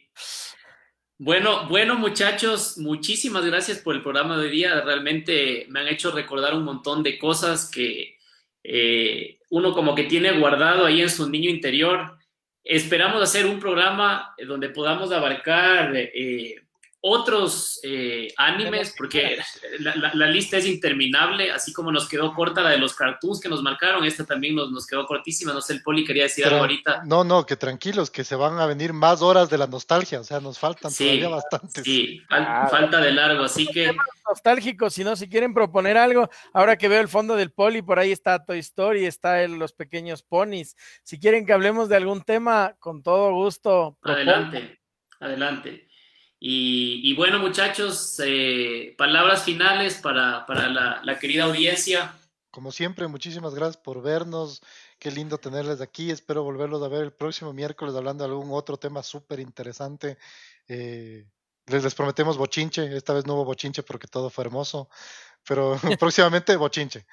Bueno, bueno, muchachos, muchísimas gracias por el programa de hoy día. Realmente me han hecho recordar un montón de cosas que eh, uno como que tiene guardado ahí en su niño interior. Esperamos hacer un programa donde podamos abarcar eh, otros eh, animes, porque la, la, la lista es interminable, así como nos quedó corta la de los cartoons que nos marcaron, esta también nos, nos quedó cortísima. No sé, el Poli quería decir Pero, algo ahorita. No, no, que tranquilos, que se van a venir más horas de la nostalgia, o sea, nos faltan Sí, todavía bastantes. sí, fal- Claro. falta de largo, así que... Nostálgicos, si no, si quieren proponer algo, ahora que veo el fondo del Poli, por ahí está Toy Story, está el, los pequeños ponis. Si quieren que hablemos de algún tema, con todo gusto. propongo. Adelante, adelante. Y, y bueno, muchachos, eh, palabras finales para, para la, la querida audiencia. Como siempre, muchísimas gracias por vernos. Qué lindo tenerles aquí. Espero volverlos a ver el próximo miércoles hablando de algún otro tema súper interesante. Eh, les, les prometemos bochinche. Esta vez no hubo bochinche porque todo fue hermoso. Pero próximamente bochinche.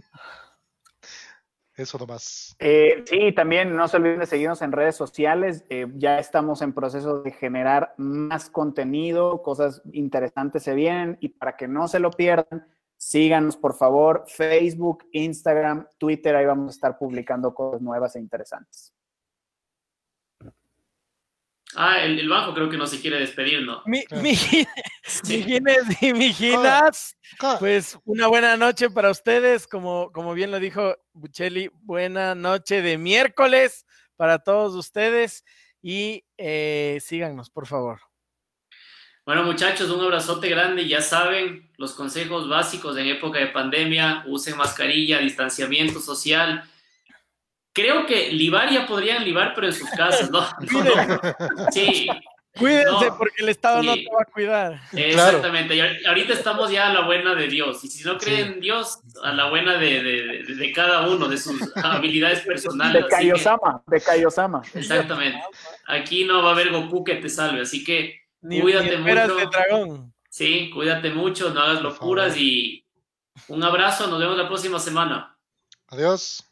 Eso nomás. Eh, sí, también no se olviden de seguirnos en redes sociales. Eh, ya estamos en proceso de generar más contenido, cosas interesantes se vienen, y para que no se lo pierdan, síganos por favor, Facebook, Instagram, Twitter, ahí vamos a estar publicando cosas nuevas e interesantes. Ah, el, el bajo creo que no se quiere despedir, ¿no? Mi, Claro. mi- Sí. Mijines y mijinas, Ca- pues una buena noche para ustedes, como, como bien lo dijo Buccelli, buena noche de miércoles para todos ustedes y eh, síganos, por favor. Bueno, muchachos, un abrazote grande. Ya saben, los consejos básicos en época de pandemia: usen mascarilla, distanciamiento social. Creo que libar ya podrían libar, pero en sus casas, ¿no? No, no. Sí, Cuídense No, porque el Estado no sí. te va a cuidar. exactamente. Y ahor- ahorita estamos ya a la buena de Dios. Y si no creen Sí. en Dios, a la buena de, de- de- de cada uno, de sus habilidades personales. De Así que- Kaiosama, de Kaiosama. exactamente. Aquí no va a haber Goku que te salve. Así que Ni, cuídate ni esperas mucho. de dragón. Sí, cuídate mucho, no hagas Por locuras favor. y un abrazo. Nos vemos la próxima semana. Adiós.